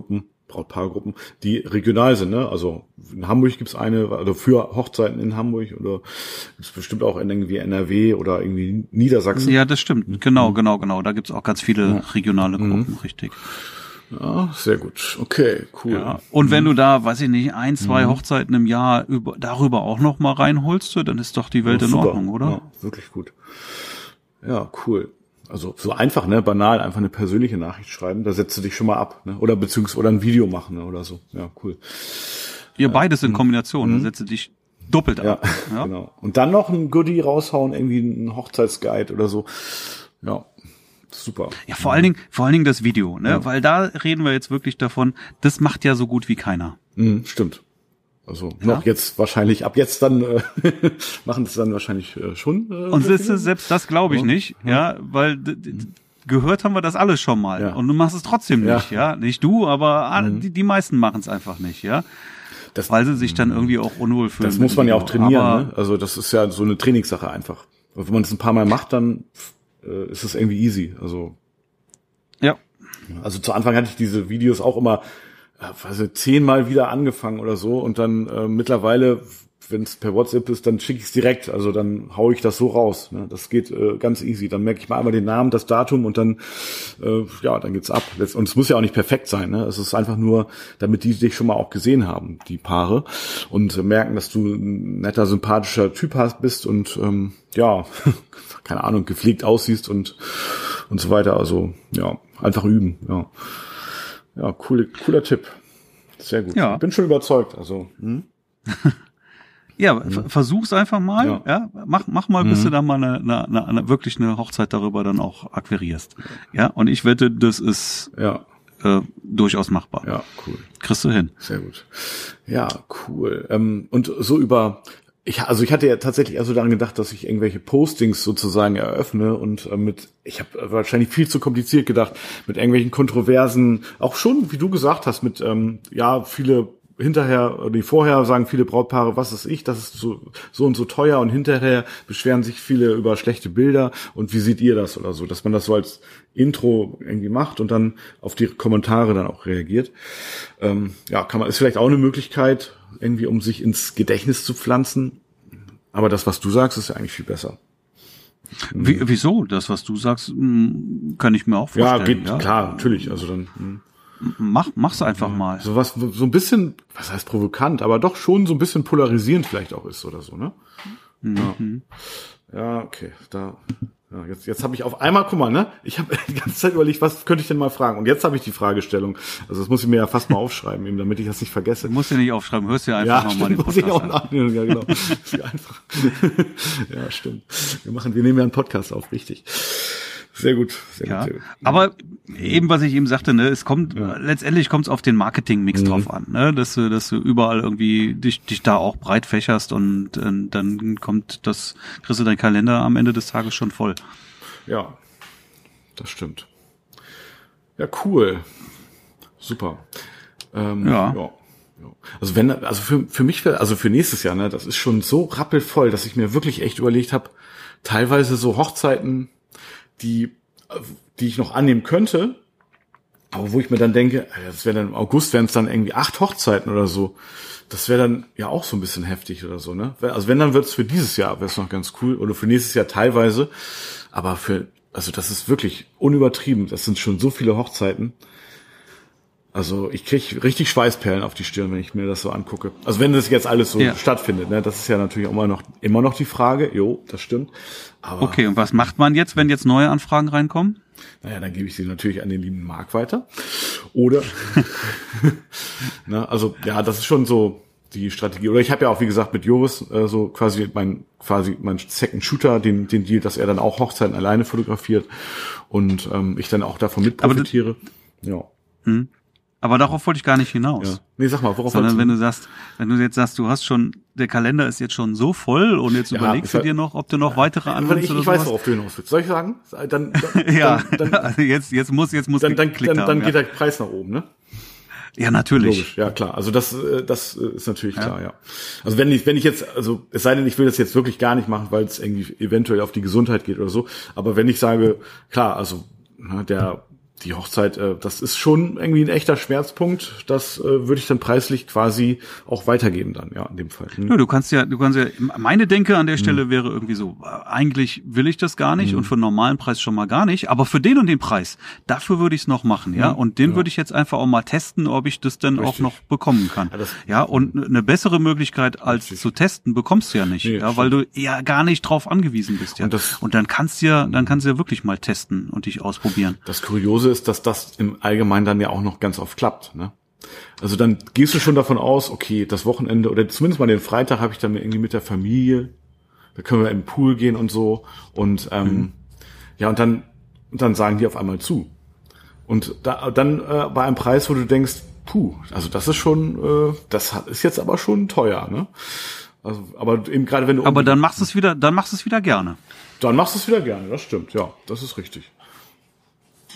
die regional sind, ne? Also in Hamburg gibt's eine, also für Hochzeiten in Hamburg oder gibt's bestimmt auch in irgendwie NRW oder irgendwie Niedersachsen. Ja, das stimmt. Genau. Da gibt's auch ganz viele regionale Gruppen, richtig. Ja, sehr gut. Okay, cool. Ja. Und wenn du da, weiß ich nicht, 1-2 Hochzeiten im Jahr darüber auch noch mal reinholst, dann ist doch die Welt in Ordnung, oder? Ja, wirklich gut. Ja, cool. Also so einfach, ne, banal, einfach eine persönliche Nachricht schreiben, da setzt du dich schon mal ab, ne? Oder beziehungsweise ein Video machen, ne? Oder so. Ja, cool. Ja, beides in Kombination, da setzt du dich doppelt ab. Ja, genau. Und dann noch ein Goodie raushauen, irgendwie ein Hochzeitsguide oder so. Ja, super. Ja, vor allen Dingen das Video, ne? Weil da reden wir jetzt wirklich davon, das macht ja so gut wie keiner. Stimmt. Also noch jetzt wahrscheinlich, ab jetzt dann machen es dann wahrscheinlich schon. Und selbst das glaube ich nicht, ja, weil gehört haben wir das alles schon mal. Ja. Und du machst es trotzdem nicht, ja. Nicht du, aber die meisten machen es einfach nicht, ja. Weil sie sich dann irgendwie auch unwohl fühlen. Das muss man ja auch trainieren, ne? Also das ist ja so eine Trainingssache einfach. Und wenn man es ein paar Mal macht, dann ist es irgendwie easy. Also zu Anfang hatte ich diese Videos auch immer 10-mal wieder angefangen oder so und dann mittlerweile, wenn es per WhatsApp ist, dann schicke ich es direkt. Also dann haue ich das so raus. Ne? Das geht ganz easy. Dann merke ich mal einmal den Namen, das Datum und dann dann geht's ab. Und es muss ja auch nicht perfekt sein. Ne? Es ist einfach nur, damit die dich schon mal auch gesehen haben, die Paare, und merken, dass du ein netter, sympathischer Typ bist und keine Ahnung, gepflegt aussiehst und so weiter. Also einfach üben. Ja, cooler Tipp. Sehr gut. Ja. Ich bin schon überzeugt. Also versuch's einfach mal. Ja, mach mal, bis du dann mal eine wirklich eine Hochzeit darüber dann auch akquirierst. Ja, und ich wette, das ist durchaus machbar. Ja, cool. Kriegst du hin. Sehr gut. Ja, cool. Und so ich hatte ja tatsächlich also daran gedacht, dass ich irgendwelche Postings sozusagen eröffne und ich habe wahrscheinlich viel zu kompliziert gedacht, mit irgendwelchen Kontroversen, auch schon, wie du gesagt hast, mit viele vorher sagen viele Brautpaare, was ist ich, das ist so und so teuer, und hinterher beschweren sich viele über schlechte Bilder und wie seht ihr das oder so, dass man das so als Intro irgendwie macht und dann auf die Kommentare dann auch reagiert. Ist vielleicht auch eine Möglichkeit, irgendwie, um sich ins Gedächtnis zu pflanzen. Aber das, was du sagst, ist ja eigentlich viel besser. Wieso? Das, was du sagst, kann ich mir auch vorstellen. Klar, natürlich. Also dann mach's einfach mal. So was, so ein bisschen, was heißt provokant, aber doch schon so ein bisschen polarisierend vielleicht auch ist oder so, ne? Mhm. Ja, okay. Jetzt habe ich auf einmal, guck mal, ne? Ich habe die ganze Zeit überlegt, was könnte ich denn mal fragen? Und jetzt habe ich die Fragestellung. Also das muss ich mir ja fast mal aufschreiben, eben, damit ich das nicht vergesse. Du musst ja nicht aufschreiben, hörst ja einfach nochmal den Podcast. Ja, genau. Ist ja einfach. Ja, stimmt. Wir nehmen ja einen Podcast auf, richtig. Sehr gut. Sehr gut. Aber eben, was ich eben sagte, ne, letztendlich kommt es auf den Marketing-Mix drauf an, ne, dass du überall irgendwie dich da auch breit fächerst und dann kriegst du deinen Kalender am Ende des Tages schon voll. Ja, das stimmt. Ja, cool. Super. Also für mich, also für nächstes Jahr, ne, das ist schon so rappelvoll, dass ich mir wirklich echt überlegt habe, teilweise so Hochzeiten, die ich noch annehmen könnte, aber wo ich mir dann denke, das wäre dann im August, wären es dann irgendwie 8 Hochzeiten oder so. Das wäre dann ja auch so ein bisschen heftig oder so, ne? Also wenn, dann wird's für dieses Jahr, wäre es noch ganz cool, oder für nächstes Jahr teilweise, aber das ist wirklich unübertrieben, das sind schon so viele Hochzeiten. Also ich krieg richtig Schweißperlen auf die Stirn, wenn ich mir das so angucke. Also wenn das jetzt alles so stattfindet, ne, das ist ja natürlich auch immer noch die Frage. Jo, das stimmt. Aber okay, und was macht man jetzt, wenn jetzt neue Anfragen reinkommen? Naja, dann gebe ich sie natürlich an den lieben Marc weiter. Oder also ja, das ist schon so die Strategie. Oder ich habe ja auch, wie gesagt, mit Joris so quasi mein Second Shooter, den Deal, dass er dann auch Hochzeiten alleine fotografiert und ich dann auch davon mit profitiere. Aber darauf wollte ich gar nicht hinaus. Ja. Nee, sag mal, worauf sondern wenn du jetzt sagst, du hast schon, der Kalender ist jetzt schon so voll und jetzt überlegst du dir noch, ob du noch weitere annimmst oder sowas. Ich weiß, worauf du hinaus willst. Soll ich sagen? Dann jetzt muss geklickt haben. Dann geht der Preis nach oben, ne? Ja, natürlich. Logisch, ja klar. Also das ist natürlich klar, ja. Also wenn ich jetzt, also es sei denn, ich will das jetzt wirklich gar nicht machen, weil es irgendwie eventuell auf die Gesundheit geht oder so. Aber wenn ich sage, klar, also die Hochzeit, das ist schon irgendwie ein echter Schmerzpunkt. Das würde ich dann preislich quasi auch weitergeben dann, ja, in dem Fall. Ja, du kannst ja, meine Denke an der Stelle wäre irgendwie so, eigentlich will ich das gar nicht und für einen normalen Preis schon mal gar nicht, aber für den und den Preis, dafür würde ich es noch machen, ja. Und den würde ich jetzt einfach auch mal testen, ob ich das dann auch noch bekommen kann. Ja, und eine bessere Möglichkeit als zu testen bekommst du ja nicht, weil du ja gar nicht drauf angewiesen bist, ja. Und dann kannst du ja wirklich mal testen und dich ausprobieren. Das Kuriose ist, dass das im Allgemeinen dann ja auch noch ganz oft klappt, ne? Also dann gehst du schon davon aus, okay, das Wochenende oder zumindest mal den Freitag habe ich dann irgendwie mit der Familie, da können wir in den Pool gehen und so und und dann sagen die auf einmal zu. Und dann bei einem Preis, wo du denkst, also das ist schon, das ist jetzt aber schon teuer, ne? Also, aber eben gerade wenn du aber dann machst du es wieder gerne. Dann machst du es wieder gerne, das stimmt, ja, das ist richtig.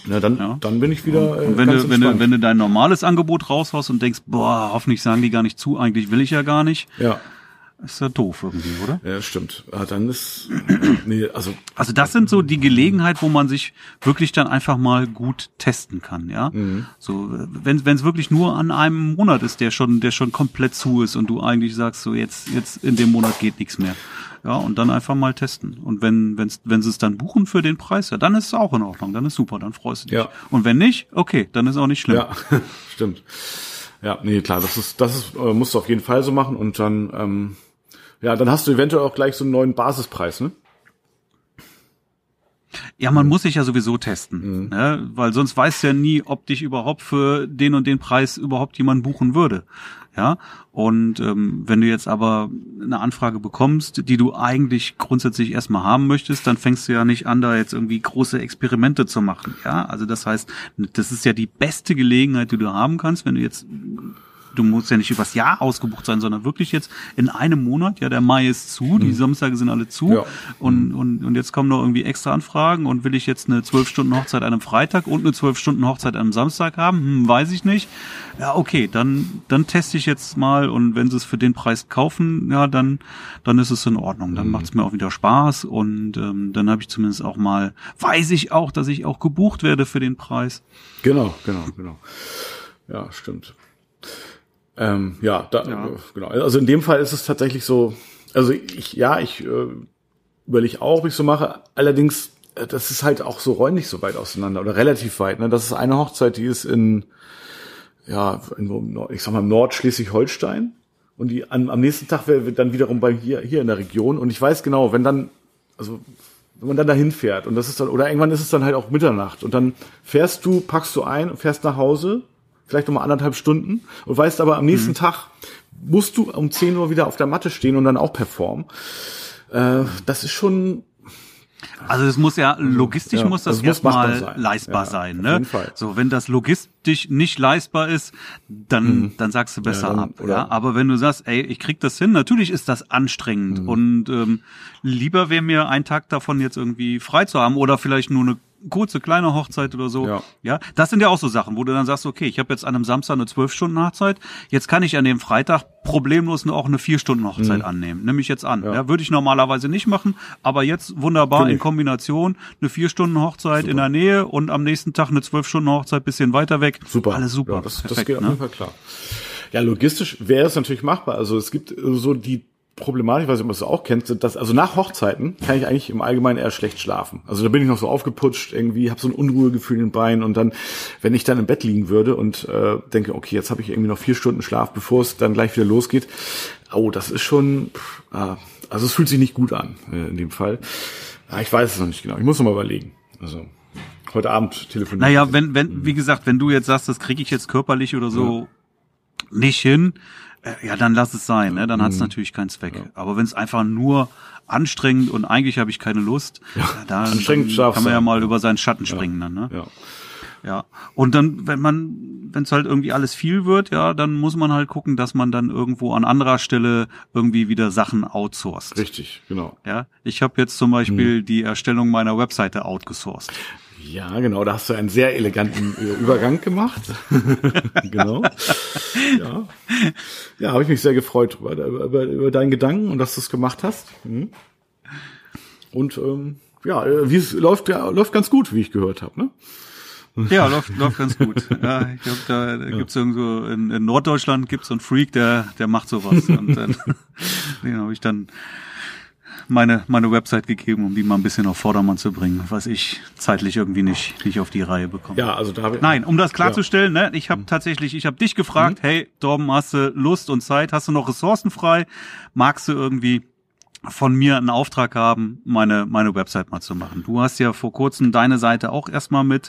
Na, dann bin ich wieder und wenn du dein normales Angebot raushaust und denkst, boah, hoffentlich sagen die gar nicht zu, eigentlich will ich ja gar nicht. Ja. Ist ja doof irgendwie, oder? Ja, stimmt. Dann ist also das sind so die Gelegenheit, wo man sich wirklich dann einfach mal gut testen kann, ja. So, wenn es wirklich nur an einem Monat ist, der schon komplett zu ist und du eigentlich sagst, so jetzt in dem Monat geht nichts mehr. Ja, und dann einfach mal testen. Und wenn sie es dann buchen für den Preis, ja, dann ist es auch in Ordnung, dann ist super, dann freust du dich. Ja. Und wenn nicht, okay, dann ist auch nicht schlimm. Ja, stimmt. Ja, nee, klar, das ist musst du auf jeden Fall so machen und dann dann hast du eventuell auch gleich so einen neuen Basispreis, ne? Ja, man muss sich ja sowieso testen, ne? Weil sonst weißt du ja nie, ob dich überhaupt für den und den Preis überhaupt jemand buchen würde. Ja, und wenn du jetzt aber eine Anfrage bekommst, die du eigentlich grundsätzlich erstmal haben möchtest, dann fängst du ja nicht an, da jetzt irgendwie große Experimente zu machen. Ja, also das heißt, das ist ja die beste Gelegenheit, die du haben kannst, wenn du musst ja nicht übers Jahr ausgebucht sein, sondern wirklich jetzt in einem Monat, ja, der Mai ist zu, die Samstage sind alle zu, und jetzt kommen noch irgendwie extra Anfragen und will ich jetzt eine 12-Stunden-Hochzeit an einem Freitag und eine 12-Stunden-Hochzeit an einem Samstag haben? Weiß ich nicht. Ja, okay, dann teste ich jetzt mal und wenn sie es für den Preis kaufen, ja, dann ist es in Ordnung. Dann macht es mir auch wieder Spaß und dann habe ich zumindest auch mal, weiß ich auch, dass ich auch gebucht werde für den Preis. Genau. Ja, stimmt. Genau. Also in dem Fall ist es tatsächlich so, also ich überlege auch, ob ich so mache. Allerdings, das ist halt auch so räumlich so weit auseinander oder relativ weit. Ne? Das ist eine Hochzeit, die ist im Nordschleswig-Holstein und die am nächsten Tag wäre dann wiederum bei hier in der Region. Und ich weiß genau, wenn man dann dahin fährt und das ist dann, oder irgendwann ist es dann halt auch Mitternacht und dann packst du ein und fährst nach Hause, vielleicht nochmal 1,5 Stunden und weißt aber, am nächsten Tag musst du um 10 Uhr wieder auf der Matte stehen und dann auch performen. Das ist schon... Also es muss ja, logistisch muss das erstmal leistbar sein, ne? Auf jeden Fall. So, wenn das logistisch nicht leistbar ist, dann sagst du besser ab, ja? Aber wenn du sagst, ey, ich krieg das hin, natürlich ist das anstrengend und lieber wäre mir ein Tag davon jetzt irgendwie frei zu haben oder vielleicht nur eine kurze, kleine Hochzeit oder so. Ja, das sind ja auch so Sachen, wo du dann sagst, okay, ich habe jetzt an einem Samstag eine 12-Stunden-Hochzeit, jetzt kann ich an dem Freitag problemlos auch eine 4-Stunden-Hochzeit annehmen. Nehme ich jetzt an. Ja, würde ich normalerweise nicht machen, aber jetzt wunderbar in Kombination eine 4-Stunden-Hochzeit in der Nähe und am nächsten Tag eine 12-Stunden-Hochzeit bisschen weiter weg. Super. Alles super. Ja, das geht auf jeden Fall klar. Ja, logistisch wäre es natürlich machbar. Also es gibt so die Problematik, ich weiß nicht, ob du das auch kennst, dass, also nach Hochzeiten kann ich eigentlich im Allgemeinen eher schlecht schlafen. Also da bin ich noch so aufgeputscht irgendwie, habe so ein Unruhegefühl in den Beinen und dann, wenn ich dann im Bett liegen würde und denke, okay, jetzt habe ich irgendwie noch 4 Stunden Schlaf, bevor es dann gleich wieder losgeht. Oh, das ist schon, also es fühlt sich nicht gut an in dem Fall. Ja, ich weiß es noch nicht genau. Ich muss noch mal überlegen. Also heute Abend telefonieren. Naja, wie gesagt, wenn du jetzt sagst, das kriege ich jetzt körperlich oder so nicht hin, ja, dann lass es sein, ne? Dann hat es natürlich keinen Zweck. Ja. Aber wenn es einfach nur anstrengend und eigentlich habe ich keine Lust, dann kann man ja mal über seinen Schatten springen dann, ne? Ja. Und dann, wenn es halt irgendwie alles viel wird, ja, dann muss man halt gucken, dass man dann irgendwo an anderer Stelle irgendwie wieder Sachen outsourced. Richtig, genau. Ja, ich habe jetzt zum Beispiel die Erstellung meiner Webseite outgesourced. Ja, genau, da hast du einen sehr eleganten Übergang gemacht. Genau. Ja, habe ich mich sehr gefreut über deinen Gedanken und dass du es gemacht hast. Und wie es läuft ganz gut, wie ich gehört habe, ne? Ja, läuft ganz gut. Ja, ich glaube, da gibt's irgendwo in Norddeutschland gibt's so einen Freak, der macht sowas. Und dann den habe ich dann meine Website gegeben, um die mal ein bisschen auf Vordermann zu bringen, was ich zeitlich irgendwie nicht auf die Reihe bekomme. Ja, also da habe ich... Nein, um das klarzustellen, ne, ich habe dich gefragt, hey, Torben, hast du Lust und Zeit, hast du noch Ressourcen frei, magst du irgendwie von mir einen Auftrag haben, meine Website mal zu machen. Du hast ja vor kurzem deine Seite auch erstmal mit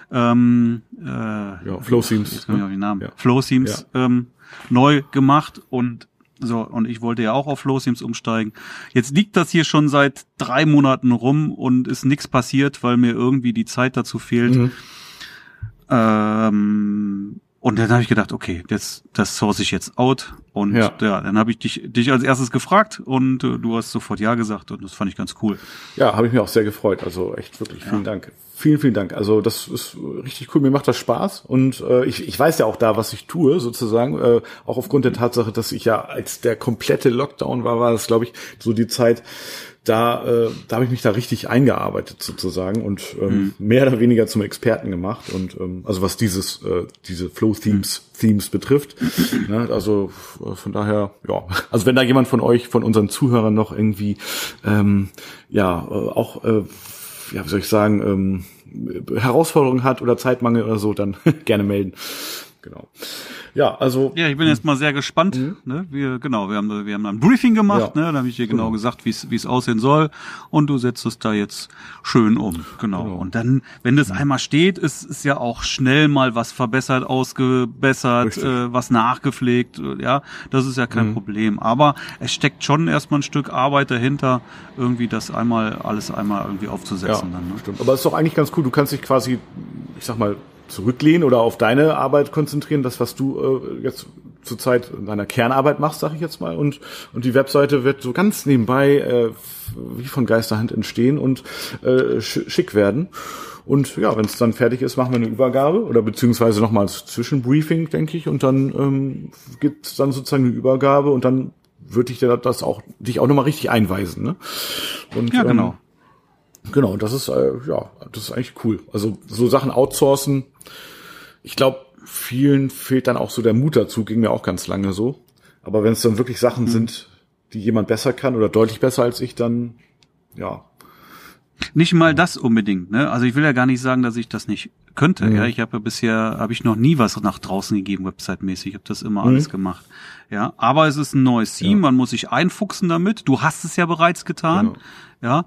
Flowthemes. Flowthemes neu gemacht und ich wollte ja auch auf Flowthemes umsteigen. Jetzt liegt das hier schon seit 3 Monaten rum und ist nichts passiert, weil mir irgendwie die Zeit dazu fehlt. Und Und dann habe ich gedacht, okay, das source ich jetzt out. Und ja dann habe ich dich als erstes gefragt und du hast sofort ja gesagt und das fand ich ganz cool. Ja, habe ich mir auch sehr gefreut. Also echt wirklich vielen Dank. Vielen, vielen Dank. Also das ist richtig cool. Mir macht das Spaß und ich weiß ja auch da, was ich tue sozusagen. Auch aufgrund der Tatsache, dass ich ja, als der komplette Lockdown war das, glaube ich, so die Zeit, da habe ich mich da richtig eingearbeitet sozusagen und mehr oder weniger zum Experten gemacht und also was diese Flow-Themes betrifft. Ne? Also von daher, ja, also wenn da jemand von euch, von unseren Zuhörern noch irgendwie wie soll ich sagen, Herausforderungen hat oder Zeitmangel oder so, dann gerne melden. Genau. Ja, also. Ja, ich bin jetzt mal sehr gespannt. Ne? Wir haben ein Briefing gemacht, ne? Da habe ich dir genau gesagt, wie es aussehen soll. Und du setzt es da jetzt schön um. Genau. Und dann, wenn das einmal steht, ist ja auch schnell mal was verbessert, ausgebessert, was nachgepflegt. Ja, das ist ja kein Problem. Aber es steckt schon erstmal ein Stück Arbeit dahinter, irgendwie das alles einmal irgendwie aufzusetzen. Ja, dann, ne? Stimmt. Aber es ist doch eigentlich ganz cool. Du kannst dich quasi, ich sag mal, zurücklehnen oder auf deine Arbeit konzentrieren, das, was du jetzt zurzeit in deiner Kernarbeit machst, sag ich jetzt mal, und die Webseite wird so ganz nebenbei wie von Geisterhand entstehen und schick werden. Und ja, wenn es dann fertig ist, machen wir eine Übergabe oder beziehungsweise nochmal als Zwischenbriefing, denke ich, und dann gibt's dann sozusagen eine Übergabe und dann würde ich dich auch nochmal richtig einweisen, ne? Und, ja, genau. Genau, das ist das ist eigentlich cool. Also so Sachen outsourcen. Ich glaube, vielen fehlt dann auch so der Mut dazu, ging mir auch ganz lange so. Aber wenn es dann wirklich Sachen sind, die jemand besser kann oder deutlich besser als ich, dann ja. Nicht mal das unbedingt, ne? Also ich will ja gar nicht sagen, dass ich das nicht könnte. Ja, ich habe ja noch nie was nach draußen gegeben, website-mäßig. Ich habe das immer alles gemacht. Ja, aber es ist ein neues Team, man muss sich einfuchsen damit. Du hast es ja bereits getan. Genau. Ja,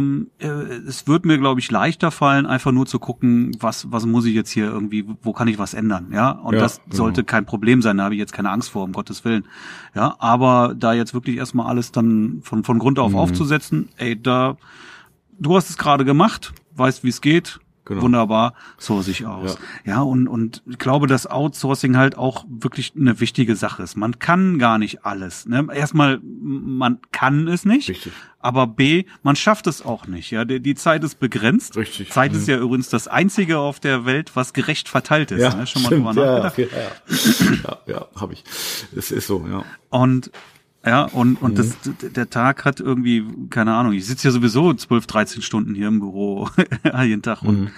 es wird mir, glaube ich, leichter fallen, einfach nur zu gucken, was muss ich jetzt hier irgendwie, wo kann ich was ändern, ja? Und das sollte kein Problem sein, da habe ich jetzt keine Angst vor, um Gottes Willen. Ja, aber da jetzt wirklich erstmal alles dann von Grund auf aufzusetzen, du hast es gerade gemacht, weißt, wie es geht. Genau. Wunderbar, source ich aus. Ja, und ich glaube, dass Outsourcing halt auch wirklich eine wichtige Sache ist. Man kann gar nicht alles. Ne? Erstmal, man kann es nicht. Richtig. Aber B, man schafft es auch nicht. Ja, die Zeit ist begrenzt. Richtig. Zeit ist ja übrigens das Einzige auf der Welt, was gerecht verteilt ist. Ja, ne? Schon mal drüber nachgedacht? Ja, habe ich. Es ist so, ja. Und der Tag hat irgendwie, keine Ahnung, ich sitze ja sowieso 12, 13 Stunden hier im Büro jeden Tag und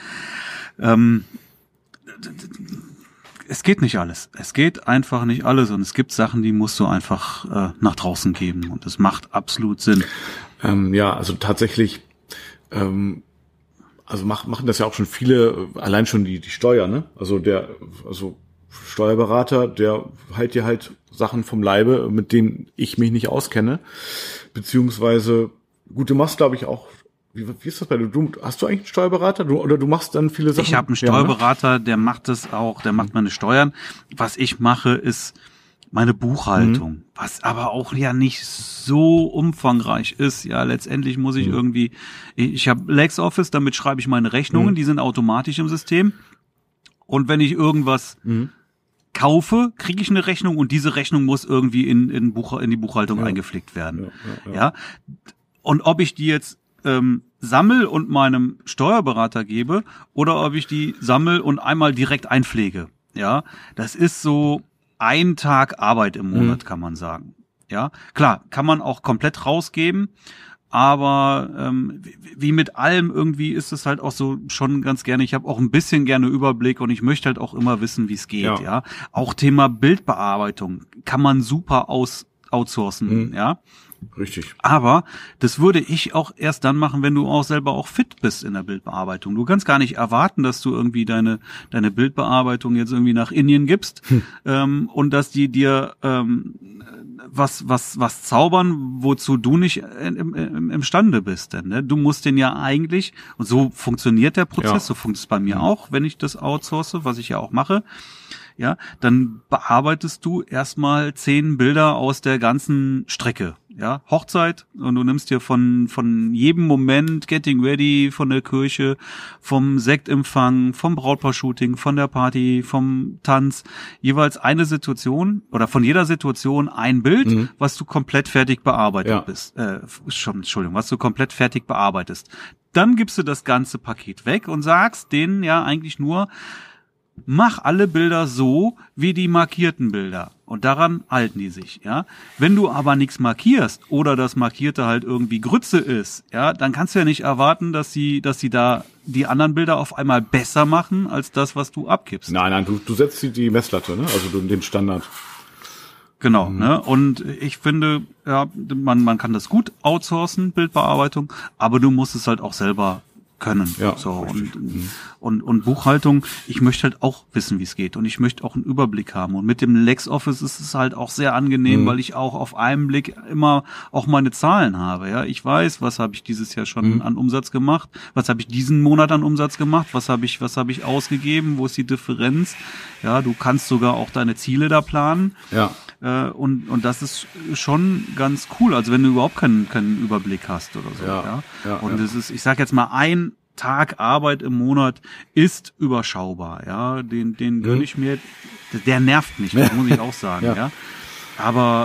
es geht nicht alles. Es geht einfach nicht alles und es gibt Sachen, die musst du einfach nach draußen geben und das macht absolut Sinn. Also tatsächlich, machen das ja auch schon viele, allein schon die Steuer, ne? Also Steuerberater, der halt dir halt Sachen vom Leibe, mit denen ich mich nicht auskenne, beziehungsweise, gut, du machst, glaube ich, auch, wie ist das bei dir? Hast du eigentlich einen Steuerberater? Du machst dann viele Sachen? Ich habe einen Steuerberater, der macht das auch, der macht meine Steuern. Was ich mache, ist meine Buchhaltung, was aber auch ja nicht so umfangreich ist. Ja, letztendlich muss ich ich habe LexOffice, damit schreibe ich meine Rechnungen, die sind automatisch im System. Und wenn ich irgendwas kaufe, kriege ich eine Rechnung und diese Rechnung muss irgendwie in die Buchhaltung eingepflegt werden. Ja. Und ob ich die jetzt sammel und meinem Steuerberater gebe oder ob ich die sammel und einmal direkt einpflege. Ja, das ist so ein Tag Arbeit im Monat, kann man sagen. Ja, klar, kann man auch komplett rausgeben. Aber wie mit allem irgendwie ist es halt auch so schon ganz gerne, ich habe auch ein bisschen gerne Überblick und ich möchte halt auch immer wissen, wie es geht, ja. Auch Thema Bildbearbeitung kann man super outsourcen, ja. Richtig. Aber das würde ich auch erst dann machen, wenn du auch selber auch fit bist in der Bildbearbeitung. Du kannst gar nicht erwarten, dass du irgendwie deine Bildbearbeitung jetzt irgendwie nach Indien gibst und dass die dir was zaubern, wozu du nicht imstande bist. Denn ne? Du musst den ja eigentlich, und so funktioniert der Prozess, so funktioniert es bei mir auch, wenn ich das outsource, was ich ja auch mache. Ja, dann bearbeitest du erstmal 10 Bilder aus der ganzen Strecke. Ja, Hochzeit, und du nimmst dir von jedem Moment Getting Ready, von der Kirche, vom Sektempfang, vom Brautpaar-Shooting, von der Party, vom Tanz, jeweils eine Situation oder von jeder Situation ein Bild, was du komplett fertig bearbeitet bist. Was du komplett fertig bearbeitest. Dann gibst du das ganze Paket weg und sagst denen ja eigentlich nur, mach alle Bilder so wie die markierten Bilder. Und daran halten die sich, ja. Wenn du aber nichts markierst oder das Markierte halt irgendwie Grütze ist, ja, dann kannst du ja nicht erwarten, dass sie da die anderen Bilder auf einmal besser machen als das, was du abgibst. Nein, du setzt die Messlatte, ne? Also den Standard. Genau, ne? Und ich finde, ja, man kann das gut outsourcen, Bildbearbeitung, aber du musst es halt auch selber können. Ja, so und Buchhaltung, ich möchte halt auch wissen, wie es geht, und ich möchte auch einen Überblick haben, und mit dem LexOffice ist es halt auch sehr angenehm, weil ich auch auf einen Blick immer auch meine Zahlen habe, ja, ich weiß, was habe ich dieses Jahr schon an Umsatz gemacht, was habe ich diesen Monat an Umsatz gemacht, was habe ich ausgegeben, wo ist die Differenz, ja, du kannst sogar auch deine Ziele da planen, und das ist schon ganz cool, also wenn du überhaupt keinen Überblick hast oder so, ja. Und das ist, ich sag jetzt mal, ein Tag Arbeit im Monat ist überschaubar, ja, den gönne ich mir, der nervt mich, das muss ich auch sagen, ja. Aber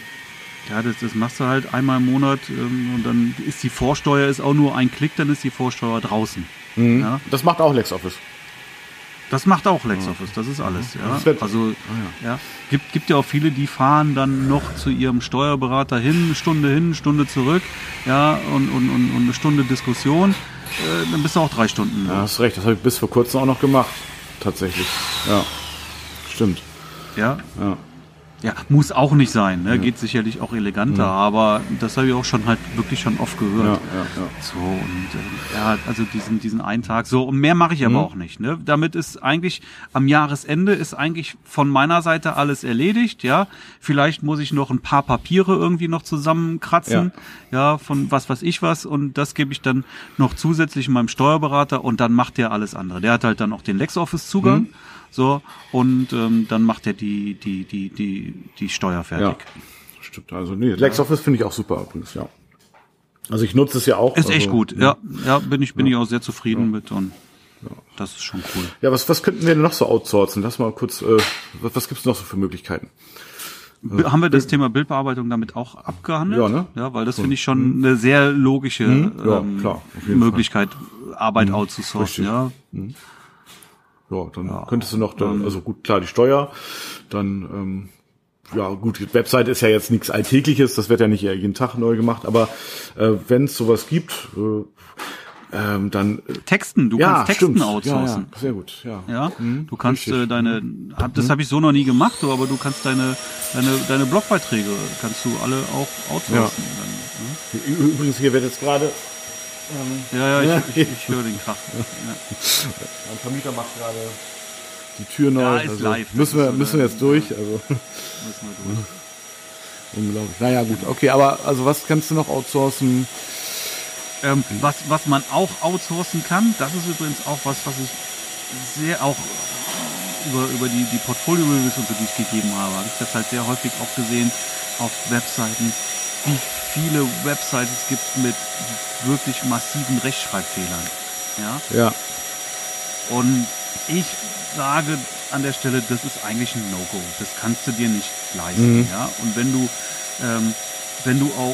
das machst du halt einmal im Monat, und dann ist die Vorsteuer auch nur ein Klick, dann ist die Vorsteuer draußen. Ja. Das macht auch LexOffice. Das macht auch LexOffice, das ist alles, ja. Also, gibt ja auch viele, die fahren dann noch zu ihrem Steuerberater hin, eine Stunde zurück, ja, und eine Stunde Diskussion, dann bist du auch 3 Stunden. Ja, hast recht, das habe ich bis vor kurzem auch noch gemacht, tatsächlich. Ja, stimmt. Ja. Ja, muss auch nicht sein, ne? Geht sicherlich auch eleganter, aber das habe ich auch schon wirklich oft gehört. So, und also diesen einen Tag, so, und mehr mache ich aber auch nicht, ne? Damit ist eigentlich am Jahresende ist eigentlich von meiner Seite alles erledigt, ja. Vielleicht muss ich noch ein paar Papiere irgendwie noch zusammenkratzen, von was weiß ich was, und das gebe ich dann noch zusätzlich meinem Steuerberater, und dann macht der alles andere. Der hat halt dann auch den LexOffice-Zugang. So, und dann macht er die Steuer fertig. Ja, stimmt. Also LexOffice finde ich auch super übrigens, ja. Also ich nutze es ja auch. Ist echt gut, ja, bin ich auch sehr zufrieden mit, und das ist schon cool. Ja, was könnten wir denn noch so outsourcen? Lass mal kurz, was gibt's noch so für Möglichkeiten? Haben wir das Thema Bildbearbeitung damit auch abgehandelt? Ja, ne? Ja, weil das finde ich schon eine sehr logische klar, Möglichkeit, Arbeit outzusourcen, ja. Ja, dann könntest du noch, also gut, klar, die Steuer, dann, gut, die Website ist ja jetzt nichts Alltägliches, das wird ja nicht jeden Tag neu gemacht, aber wenn es sowas gibt, dann Texten, du kannst Texten outsourcen. Ja, sehr gut, ja. Ja, du kannst das habe ich so noch nie gemacht, aber du kannst deine Blogbeiträge kannst du alle auch outsourcen. Ja. Dann, Übrigens, hier wird jetzt gerade ich höre den Krach. Mein Vermieter macht gerade die Tür neu. Ja, ist live. Müssen wir jetzt durch. Also. Müssen wir durch. Unglaublich. Naja, gut. Okay, aber also was kannst du noch outsourcen? Was man auch outsourcen kann, das ist übrigens auch was ich sehr auch über die Portfolio-Reviews und so, die ich gegeben habe ich das halt sehr häufig auch gesehen auf Webseiten, wie viele Websites es gibt mit wirklich massiven Rechtschreibfehlern. Ja. Und ich sage an der Stelle, das ist eigentlich ein No-Go. Das kannst du dir nicht leisten. Ja. Und wenn du auch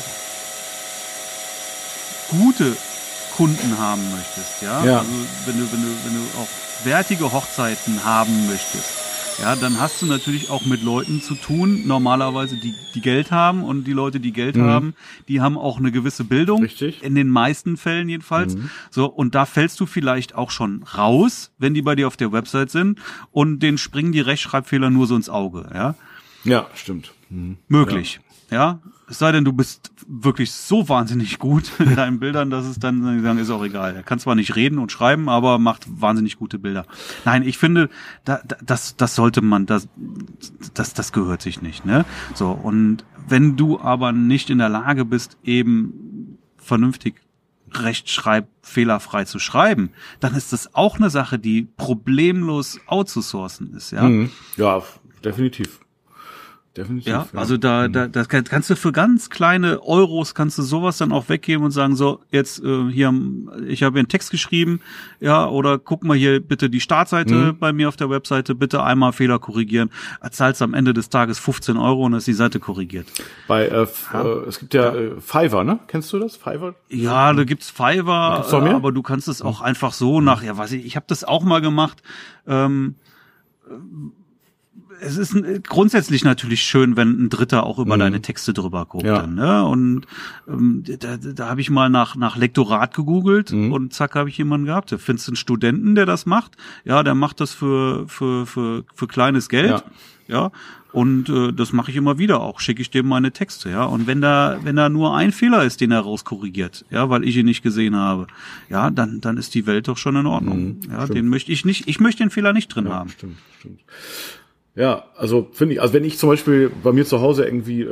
gute Kunden haben möchtest, also wenn du auch wertige Hochzeiten haben möchtest, ja, dann hast du natürlich auch mit Leuten zu tun, normalerweise die Geld haben, und die Leute, die Geld haben, die haben auch eine gewisse Bildung. Richtig. In den meisten Fällen jedenfalls. So, und da fällst du vielleicht auch schon raus, wenn die bei dir auf der Website sind, und denen springen die Rechtschreibfehler nur so ins Auge, ja. Ja, stimmt. Möglich. Ja. Es sei denn, du bist wirklich so wahnsinnig gut in deinen Bildern, dass es dann sagen, ist auch egal. Er kann zwar nicht reden und schreiben, aber macht wahnsinnig gute Bilder. Nein, ich finde, das sollte man, das gehört sich nicht, ne? So, und wenn du aber nicht in der Lage bist, eben vernünftig rechtschreibfehlerfrei zu schreiben, dann ist das auch eine Sache, die problemlos outzusourcen ist, ja? Ja, definitiv. definitiv. Ja, also das kannst du für ganz kleine Euros kannst du sowas dann auch weggeben und sagen, so, jetzt ich habe hier einen Text geschrieben, ja, oder guck mal hier bitte die Startseite bei mir auf der Webseite, bitte einmal Fehler korrigieren. Zahlst am Ende des Tages 15 Euro und dann ist die Seite korrigiert. Es gibt ja Fiverr, ne? Kennst du das? Fiverr? Ja, da gibt's Fiverr, aber du kannst es auch einfach so ich habe das auch mal gemacht. Es ist grundsätzlich natürlich schön, wenn ein Dritter auch über deine Texte drüber guckt. Ja. Dann, ne? Und da habe ich mal nach Lektorat gegoogelt und zack, habe ich jemanden gehabt. Da findest du einen Studenten, der das macht. Ja, der macht das für kleines Geld. Ja. Und das mache ich immer wieder auch. Schicke ich dem meine Texte, ja. Und wenn da nur ein Fehler ist, den er rauskorrigiert, ja, weil ich ihn nicht gesehen habe, ja, dann ist die Welt doch schon in Ordnung. Ja, den möchte ich nicht. Ich möchte den Fehler nicht drin haben. Stimmt. Ja, also finde ich, also wenn ich zum Beispiel bei mir zu Hause irgendwie,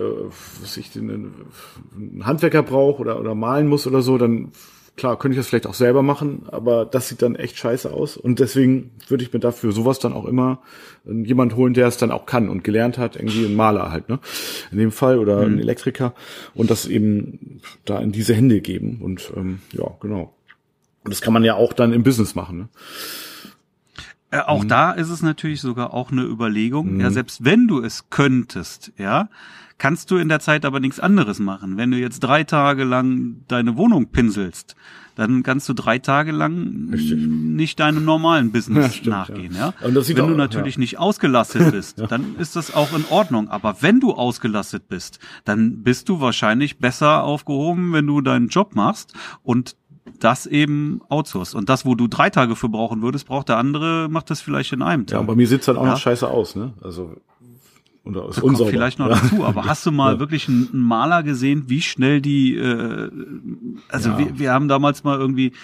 einen Handwerker brauche oder malen muss oder so, dann klar könnte ich das vielleicht auch selber machen, aber das sieht dann echt scheiße aus und deswegen würde ich mir dafür sowas dann auch immer jemand holen, der es dann auch kann und gelernt hat, irgendwie ein Maler halt, ne, in dem Fall oder ein Elektriker und das eben da in diese Hände geben und ja, genau. Und das kann man ja auch dann im Business machen, ne? Auch da ist es natürlich sogar auch eine Überlegung. Ja, selbst wenn du es könntest, ja, kannst du in der Zeit aber nichts anderes machen. Wenn du jetzt 3 Tage lang deine Wohnung pinselst, dann kannst du 3 Tage lang nicht deinem normalen Business nachgehen, ja. Und das wenn du natürlich nicht ausgelastet bist, dann ist das auch in Ordnung. Aber wenn du ausgelastet bist, dann bist du wahrscheinlich besser aufgehoben, wenn du deinen Job machst und das eben outsourced. Und das, wo du 3 Tage für brauchen würdest, braucht der andere, macht das vielleicht in einem Tag. Ja, und bei mir sieht's dann auch noch scheiße aus, ne? Also, oder ist unsauber. Kommt vielleicht noch dazu, aber hast du mal wirklich einen Maler gesehen, wie schnell die, wir haben damals mal irgendwie,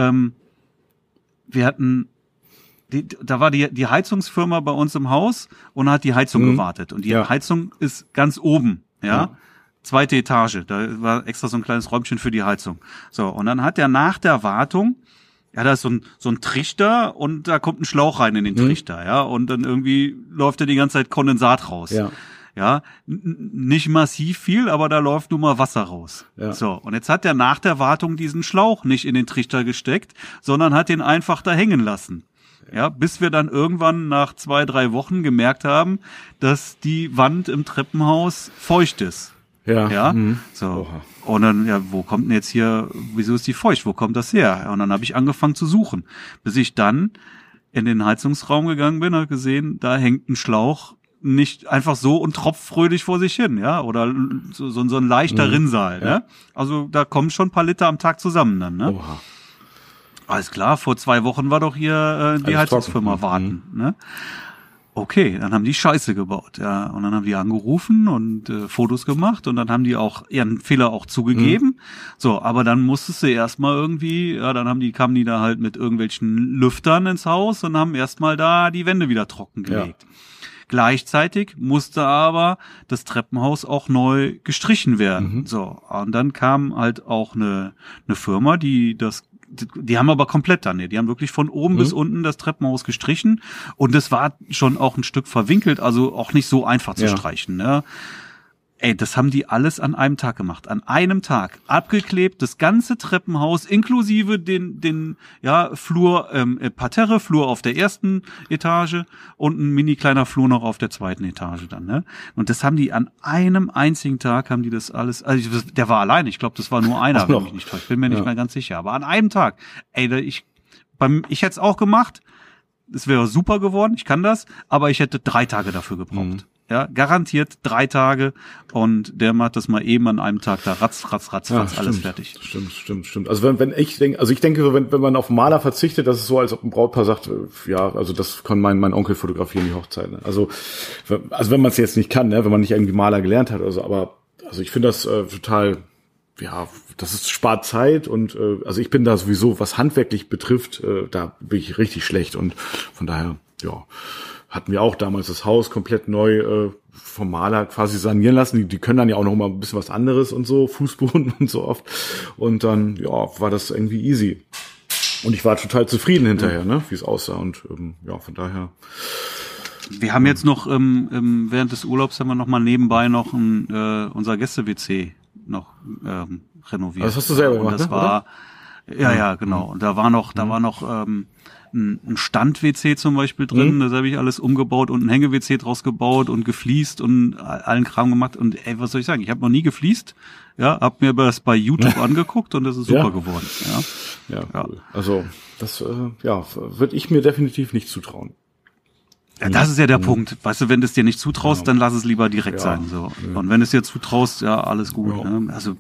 da war die Heizungsfirma bei uns im Haus und hat die Heizung gewartet. Und die Heizung ist ganz oben, ja. 2. Etage, da war extra so ein kleines Räumchen für die Heizung. So, und dann hat er nach der Wartung, da ist so ein Trichter und da kommt ein Schlauch rein in den Trichter, ja, und dann irgendwie läuft da die ganze Zeit Kondensat raus. Ja, nicht massiv viel, aber da läuft nun mal Wasser raus. Ja. So, und jetzt hat er nach der Wartung diesen Schlauch nicht in den Trichter gesteckt, sondern hat den einfach da hängen lassen. Ja, bis wir dann irgendwann nach 2-3 Wochen gemerkt haben, dass die Wand im Treppenhaus feucht ist. Ja. So. Oha. Und dann, wo kommt denn jetzt hier, wieso ist die feucht? Wo kommt das her? Und dann habe ich angefangen zu suchen, bis ich dann in den Heizungsraum gegangen bin und gesehen, da hängt ein Schlauch nicht einfach so und tropft fröhlich vor sich hin, ja, oder so ein leichter Rinnsal, ne? Also da kommen schon ein paar Liter am Tag zusammen dann, ne? Oha. Alles klar, vor 2 Wochen war doch hier die Heizungsfirma warten, ne? Okay, dann haben die Scheiße gebaut, ja. Und dann haben die angerufen und Fotos gemacht und dann haben die auch ihren Fehler auch zugegeben. So, aber dann musstest du erstmal irgendwie, kamen die da halt mit irgendwelchen Lüftern ins Haus und haben erstmal da die Wände wieder trocken gelegt. Gleichzeitig musste aber das Treppenhaus auch neu gestrichen werden. So, und dann kam halt auch eine Firma, die haben aber komplett die haben wirklich von oben bis unten das Treppenhaus gestrichen und das war schon auch ein Stück verwinkelt, also auch nicht so einfach zu streichen, ne? Ey, das haben die alles an einem Tag gemacht. An einem Tag. Abgeklebt, das ganze Treppenhaus, inklusive den Flur, Parterre-Flur auf der 1. Etage und ein mini kleiner Flur noch auf der 2. Etage dann, ne? Und das haben die an einem einzigen Tag, haben die das alles, also der war allein, ich glaube, das war nur einer, wenn mich nicht täuscht, bin mir nicht mehr ganz sicher. Aber an einem Tag, ey, ich hätte es auch gemacht, es wäre super geworden, ich kann das, aber ich hätte 3 Tage dafür gebraucht. Ja, garantiert 3 Tage und der macht das mal eben an einem Tag da ratz, alles fertig. Stimmt. Also ich denke, wenn man auf Maler verzichtet, das ist so, als ob ein Brautpaar sagt, also das kann mein Onkel fotografieren, die Hochzeit. Ne? Also wenn man es jetzt nicht kann, ne? Wenn man nicht irgendwie Maler gelernt hat oder so, aber also ich finde das total, das spart Zeit und also ich bin da sowieso, was handwerklich betrifft, da bin ich richtig schlecht und von daher, hatten wir auch damals das Haus komplett neu vom Maler quasi sanieren lassen. Die können dann ja auch noch mal ein bisschen was anderes und so, Fußboden und so oft. Und dann, war das irgendwie easy. Und ich war total zufrieden hinterher, ne, wie es aussah. Und von daher, Wir haben jetzt noch während des Urlaubs haben wir noch mal nebenbei noch unser Gäste-WC noch renoviert. Das hast du selber gemacht, das war ja, genau. Und da war noch ein Stand-WC zum Beispiel drin, das habe ich alles umgebaut und ein Hänge-WC draus gebaut und gefliest und allen Kram gemacht und was soll ich sagen, ich habe noch nie gefliest, ja, hab mir das bei YouTube angeguckt und das ist super geworden. Ja, cool. Also das würde ich mir definitiv nicht zutrauen. Ja, das ist ja der Punkt. Weißt du, wenn du es dir nicht zutraust, dann lass es lieber direkt sein. So. Und wenn du es dir zutraust, ja, alles gut. Ja. Ne? Also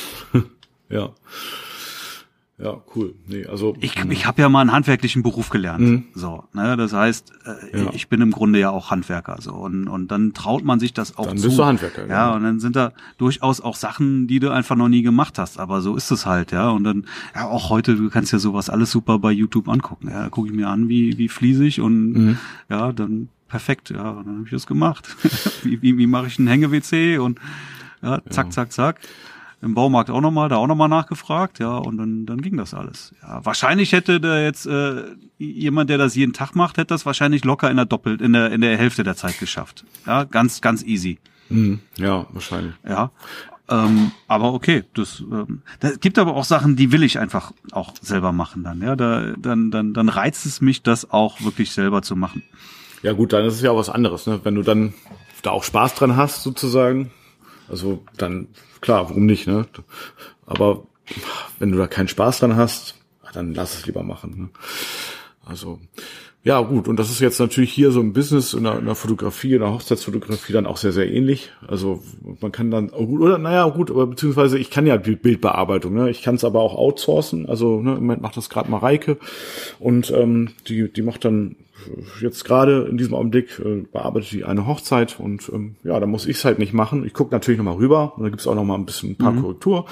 Ja, cool. Nee, also ich habe ja mal einen handwerklichen Beruf gelernt. So, ne, das heißt, ich bin im Grunde ja auch Handwerker. So und dann traut man sich das auch dann zu. bist du Handwerker. Ja, und dann sind da durchaus auch Sachen, die du einfach noch nie gemacht hast. Aber so ist es halt, ja. Und dann auch heute, du kannst ja sowas alles super bei YouTube angucken. Ja, da gucke ich mir an, wie fließig und ja, dann perfekt. Ja, dann habe ich das gemacht. wie mache ich ein Hänge-WC und ja, zack, zack, zack. Im Baumarkt auch nochmal nachgefragt, ja, und dann ging das alles. Ja, wahrscheinlich hätte da jetzt jemand, der das jeden Tag macht, hätte das wahrscheinlich locker in der Hälfte der Zeit geschafft. Ja, ganz, ganz easy. Ja, wahrscheinlich. Ja. Aber okay, das gibt aber auch Sachen, die will ich einfach auch selber machen dann, ja. Dann reizt es mich, das auch wirklich selber zu machen. Ja gut, dann ist es ja auch was anderes, ne? Wenn du dann da auch Spaß dran hast, sozusagen. Also dann, klar, warum nicht, ne? Aber wenn du da keinen Spaß dran hast, dann lass es lieber machen, ne? Also, ja gut, und das ist jetzt natürlich hier so im Business, in der Fotografie, in der Hochzeitsfotografie dann auch sehr, sehr ähnlich. Also man kann dann, aber beziehungsweise ich kann ja Bildbearbeitung, ne? Ich kann es aber auch outsourcen, also ne, im Moment macht das gerade Mareike und die macht dann jetzt gerade in diesem Augenblick bearbeitet die eine Hochzeit und da muss ich es halt nicht machen. Ich gucke natürlich nochmal rüber und da gibt's auch nochmal ein paar Korrektur.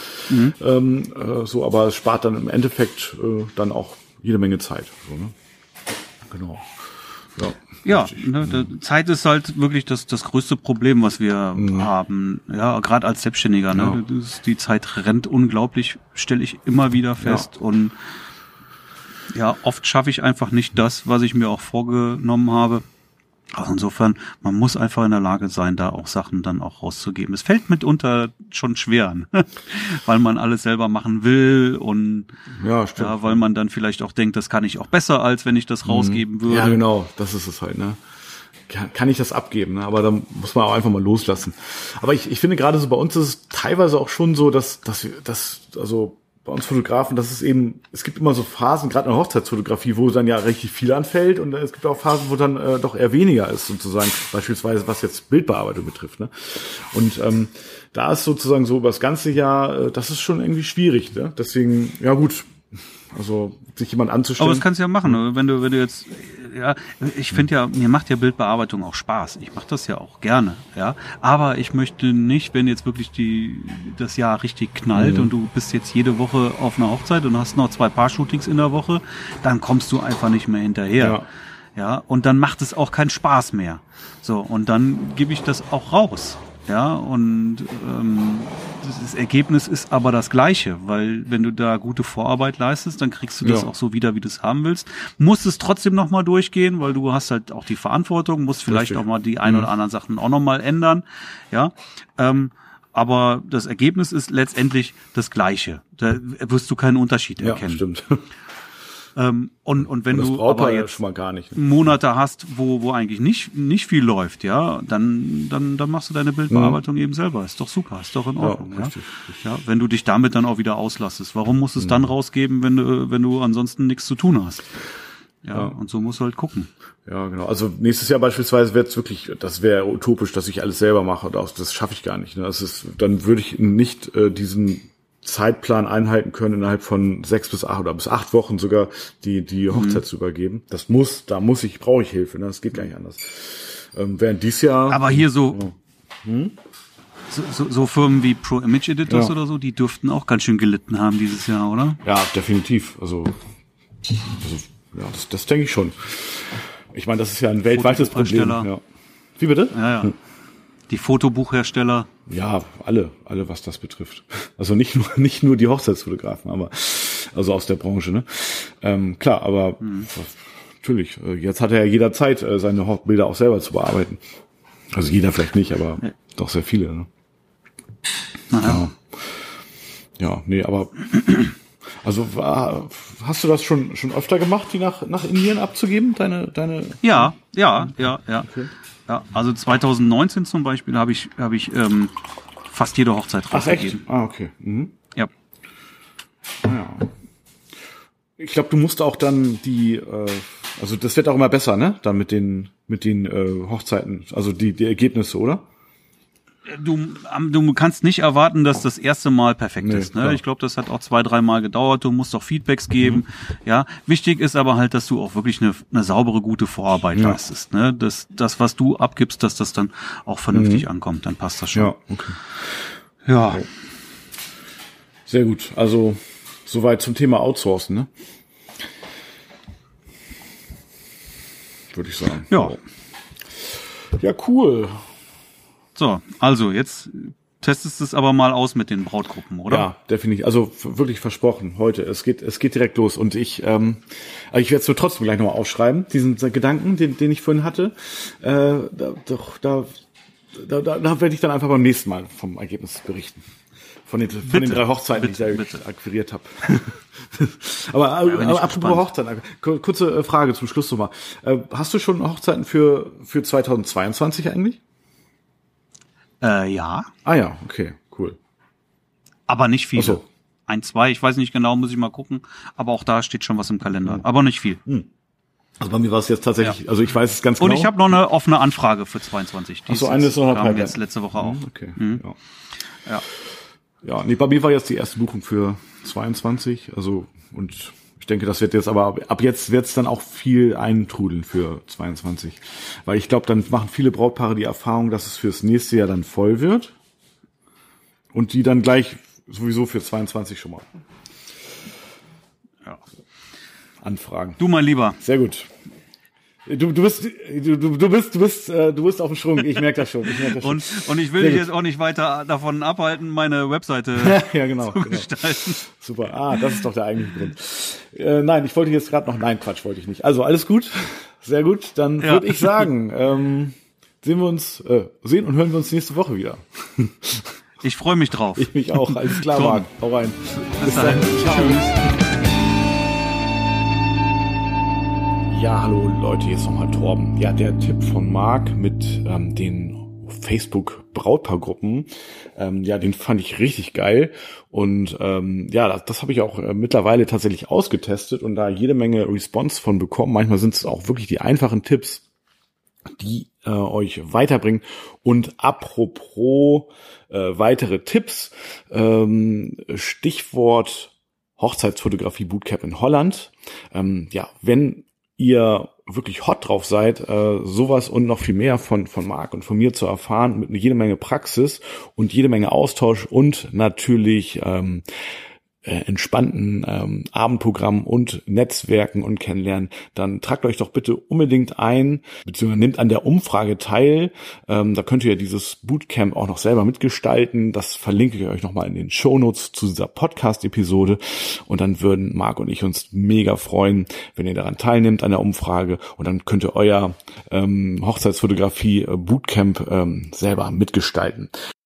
Aber es spart dann im Endeffekt dann auch jede Menge Zeit. So, ne? Genau. Ja, ne, Zeit ist halt wirklich das größte Problem, was wir haben. Ja, gerade als Selbstständiger. Ne? Die Zeit rennt unglaublich, stelle ich immer wieder fest. Und ja, oft schaffe ich einfach nicht das, was ich mir auch vorgenommen habe. Also insofern, man muss einfach in der Lage sein, da auch Sachen dann auch rauszugeben. Es fällt mitunter schon schwer, ne? Weil man alles selber machen will und weil man dann vielleicht auch denkt, das kann ich auch besser, als wenn ich das rausgeben würde. Ja, genau, das ist es halt, ne? Kann ich das abgeben, ne? Aber da muss man auch einfach mal loslassen. Aber ich finde gerade so bei uns ist es teilweise auch schon so, dass bei uns Fotografen, es gibt immer so Phasen, gerade in der Hochzeitsfotografie, wo dann ja richtig viel anfällt und es gibt auch Phasen, wo dann doch eher weniger ist sozusagen, beispielsweise was jetzt Bildbearbeitung betrifft, ne? Und da ist sozusagen so über das ganze Jahr, das ist schon irgendwie schwierig, ne? Deswegen, ja gut, also sich jemand anzustellen. Aber das kannst du ja machen, wenn du jetzt, ja, ich finde ja, mir macht ja Bildbearbeitung auch Spaß. Ich mache das ja auch gerne, ja. Aber ich möchte nicht, wenn jetzt wirklich das Jahr richtig knallt und du bist jetzt jede Woche auf einer Hochzeit und hast noch 2 Paar-Shootings in der Woche, dann kommst du einfach nicht mehr hinterher. Ja, und dann macht es auch keinen Spaß mehr. So, und dann gebe ich das auch raus. Ja, und das Ergebnis ist aber das Gleiche, weil wenn du da gute Vorarbeit leistest, dann kriegst du das auch so wieder, wie du es haben willst. Musst es trotzdem nochmal durchgehen, weil du hast halt auch die Verantwortung, musst vielleicht auch mal die ein oder anderen Sachen auch nochmal ändern. Ja, aber das Ergebnis ist letztendlich das Gleiche. Da wirst du keinen Unterschied erkennen. Ja, stimmt. Und wenn du aber jetzt schon mal gar nicht, Monate hast, wo eigentlich nicht viel läuft, ja, dann machst du deine Bildbearbeitung eben selber. Ist doch super, ist doch in Ordnung. Ja, richtig. Ja, wenn du dich damit dann auch wieder auslastest. Warum musst du es dann rausgeben, wenn du ansonsten nichts zu tun hast? Ja, und so musst du halt gucken. Ja, genau. Also nächstes Jahr beispielsweise wäre es wirklich, das wäre utopisch, dass ich alles selber mache. Das schaffe ich gar nicht. Ne? Dann würde ich nicht diesen Zeitplan einhalten können, innerhalb von 6 bis 8 oder bis 8 Wochen sogar die Hochzeit zu übergeben. Brauche ich Hilfe, ne? Das geht gar nicht anders. Während dies Jahr. Aber hier so Firmen wie Pro Image Editors oder so, die dürften auch ganz schön gelitten haben dieses Jahr, oder? Ja, definitiv. Also das denke ich schon. Ich meine, das ist ja ein weltweites Problem. Ja. Wie bitte? Ja. Die Fotobuchhersteller. Ja, alle, was das betrifft. Also nicht nur die Hochzeitsfotografen, aber also aus der Branche, ne? Klar, aber natürlich. Jetzt hat er ja jederzeit seine Bilder auch selber zu bearbeiten. Also jeder vielleicht nicht, aber doch sehr viele. Ne? Naja. Ja, nee, aber also hast du das schon öfter gemacht, die nach Indien abzugeben, deine? Ja. Okay. Ja, also 2019 zum Beispiel habe ich fast jede Hochzeit rausgegeben. Ach echt? Okay. Mhm. Ja. Ja. Ich glaube, du musst auch dann also das wird auch immer besser, ne? Dann mit den Hochzeiten, also die Ergebnisse, oder? Du kannst nicht erwarten, dass das erste Mal perfekt ist. Ne? Klar. Ich glaube, das hat auch 2-3 Mal gedauert. Du musst auch Feedbacks geben. Ja, wichtig ist aber halt, dass du auch wirklich eine saubere, gute Vorarbeit leistest. Ne? Das, was du abgibst, dass das dann auch vernünftig ankommt. Dann passt das schon. Ja, okay. Ja. Sehr gut. Also soweit zum Thema Outsourcen, ne? Würde ich sagen. Ja. Ja, cool. So, also jetzt testest du es aber mal aus mit den Brautgruppen, oder? Ja, definitiv. Also wirklich versprochen heute. Es geht direkt los und ich werde es so trotzdem gleich nochmal aufschreiben, diesen Gedanken, den ich vorhin hatte. Da werde ich dann einfach beim nächsten Mal vom Ergebnis berichten. Von den 3 Hochzeiten, die ich da akquiriert habe. aber apropos Hochzeiten, kurze Frage zum Schluss nochmal. Hast du schon Hochzeiten für 2022 eigentlich? Ja. Ah ja, okay, cool. Aber nicht viele. Ach so. 1, 2, ich weiß nicht genau, muss ich mal gucken. Aber auch da steht schon was im Kalender. Aber nicht viel. Also bei mir war es jetzt tatsächlich, also ich weiß es ganz genau. Und ich habe noch eine offene Anfrage für 22. Ach so, eine ist noch eine Pipeline. Jetzt letzte Woche auch. Okay. Ja. Ja, nee, bei mir war jetzt die erste Buchung für 22, also und ich denke, das wird jetzt aber ab jetzt wird es dann auch viel eintrudeln für 22, weil ich glaube, dann machen viele Brautpaare die Erfahrung, dass es fürs nächste Jahr dann voll wird und die dann gleich sowieso für 22 schon mal anfragen. Du, mein Lieber. Sehr gut. Du bist auf dem Schwung. Ich merke das schon. Und ich will dich jetzt auch nicht weiter davon abhalten, meine Webseite zu gestalten. Super. Das ist doch der eigentliche Grund. Nein, ich wollte jetzt gerade noch. Nein, Quatsch, wollte ich nicht. Also alles gut. Sehr gut. Dann würde ich sagen, sehen und hören wir uns nächste Woche wieder. Ich freue mich drauf. Ich mich auch. Alles klar, Marc. Hau rein. Bis dann. Ciao. Tschüss. Ja, hallo Leute, jetzt nochmal Torben. Ja, der Tipp von Marc mit den Facebook-Brautpaargruppen, den fand ich richtig geil. Und das habe ich auch mittlerweile tatsächlich ausgetestet und da jede Menge Response von bekommen. Manchmal sind es auch wirklich die einfachen Tipps, die euch weiterbringen. Und apropos weitere Tipps, Stichwort Hochzeitsfotografie Bootcamp in Holland. Wenn ihr wirklich hot drauf seid, sowas und noch viel mehr von Marc und von mir zu erfahren, mit jede Menge Praxis und jede Menge Austausch und natürlich entspannten Abendprogramm und Netzwerken und Kennenlernen, dann tragt euch doch bitte unbedingt ein, beziehungsweise nehmt an der Umfrage teil. Da könnt ihr dieses Bootcamp auch noch selber mitgestalten. Das verlinke ich euch nochmal in den Shownotes zu dieser Podcast-Episode. Und dann würden Marc und ich uns mega freuen, wenn ihr daran teilnehmt an der Umfrage. Und dann könnt ihr euer Hochzeitsfotografie Bootcamp selber mitgestalten.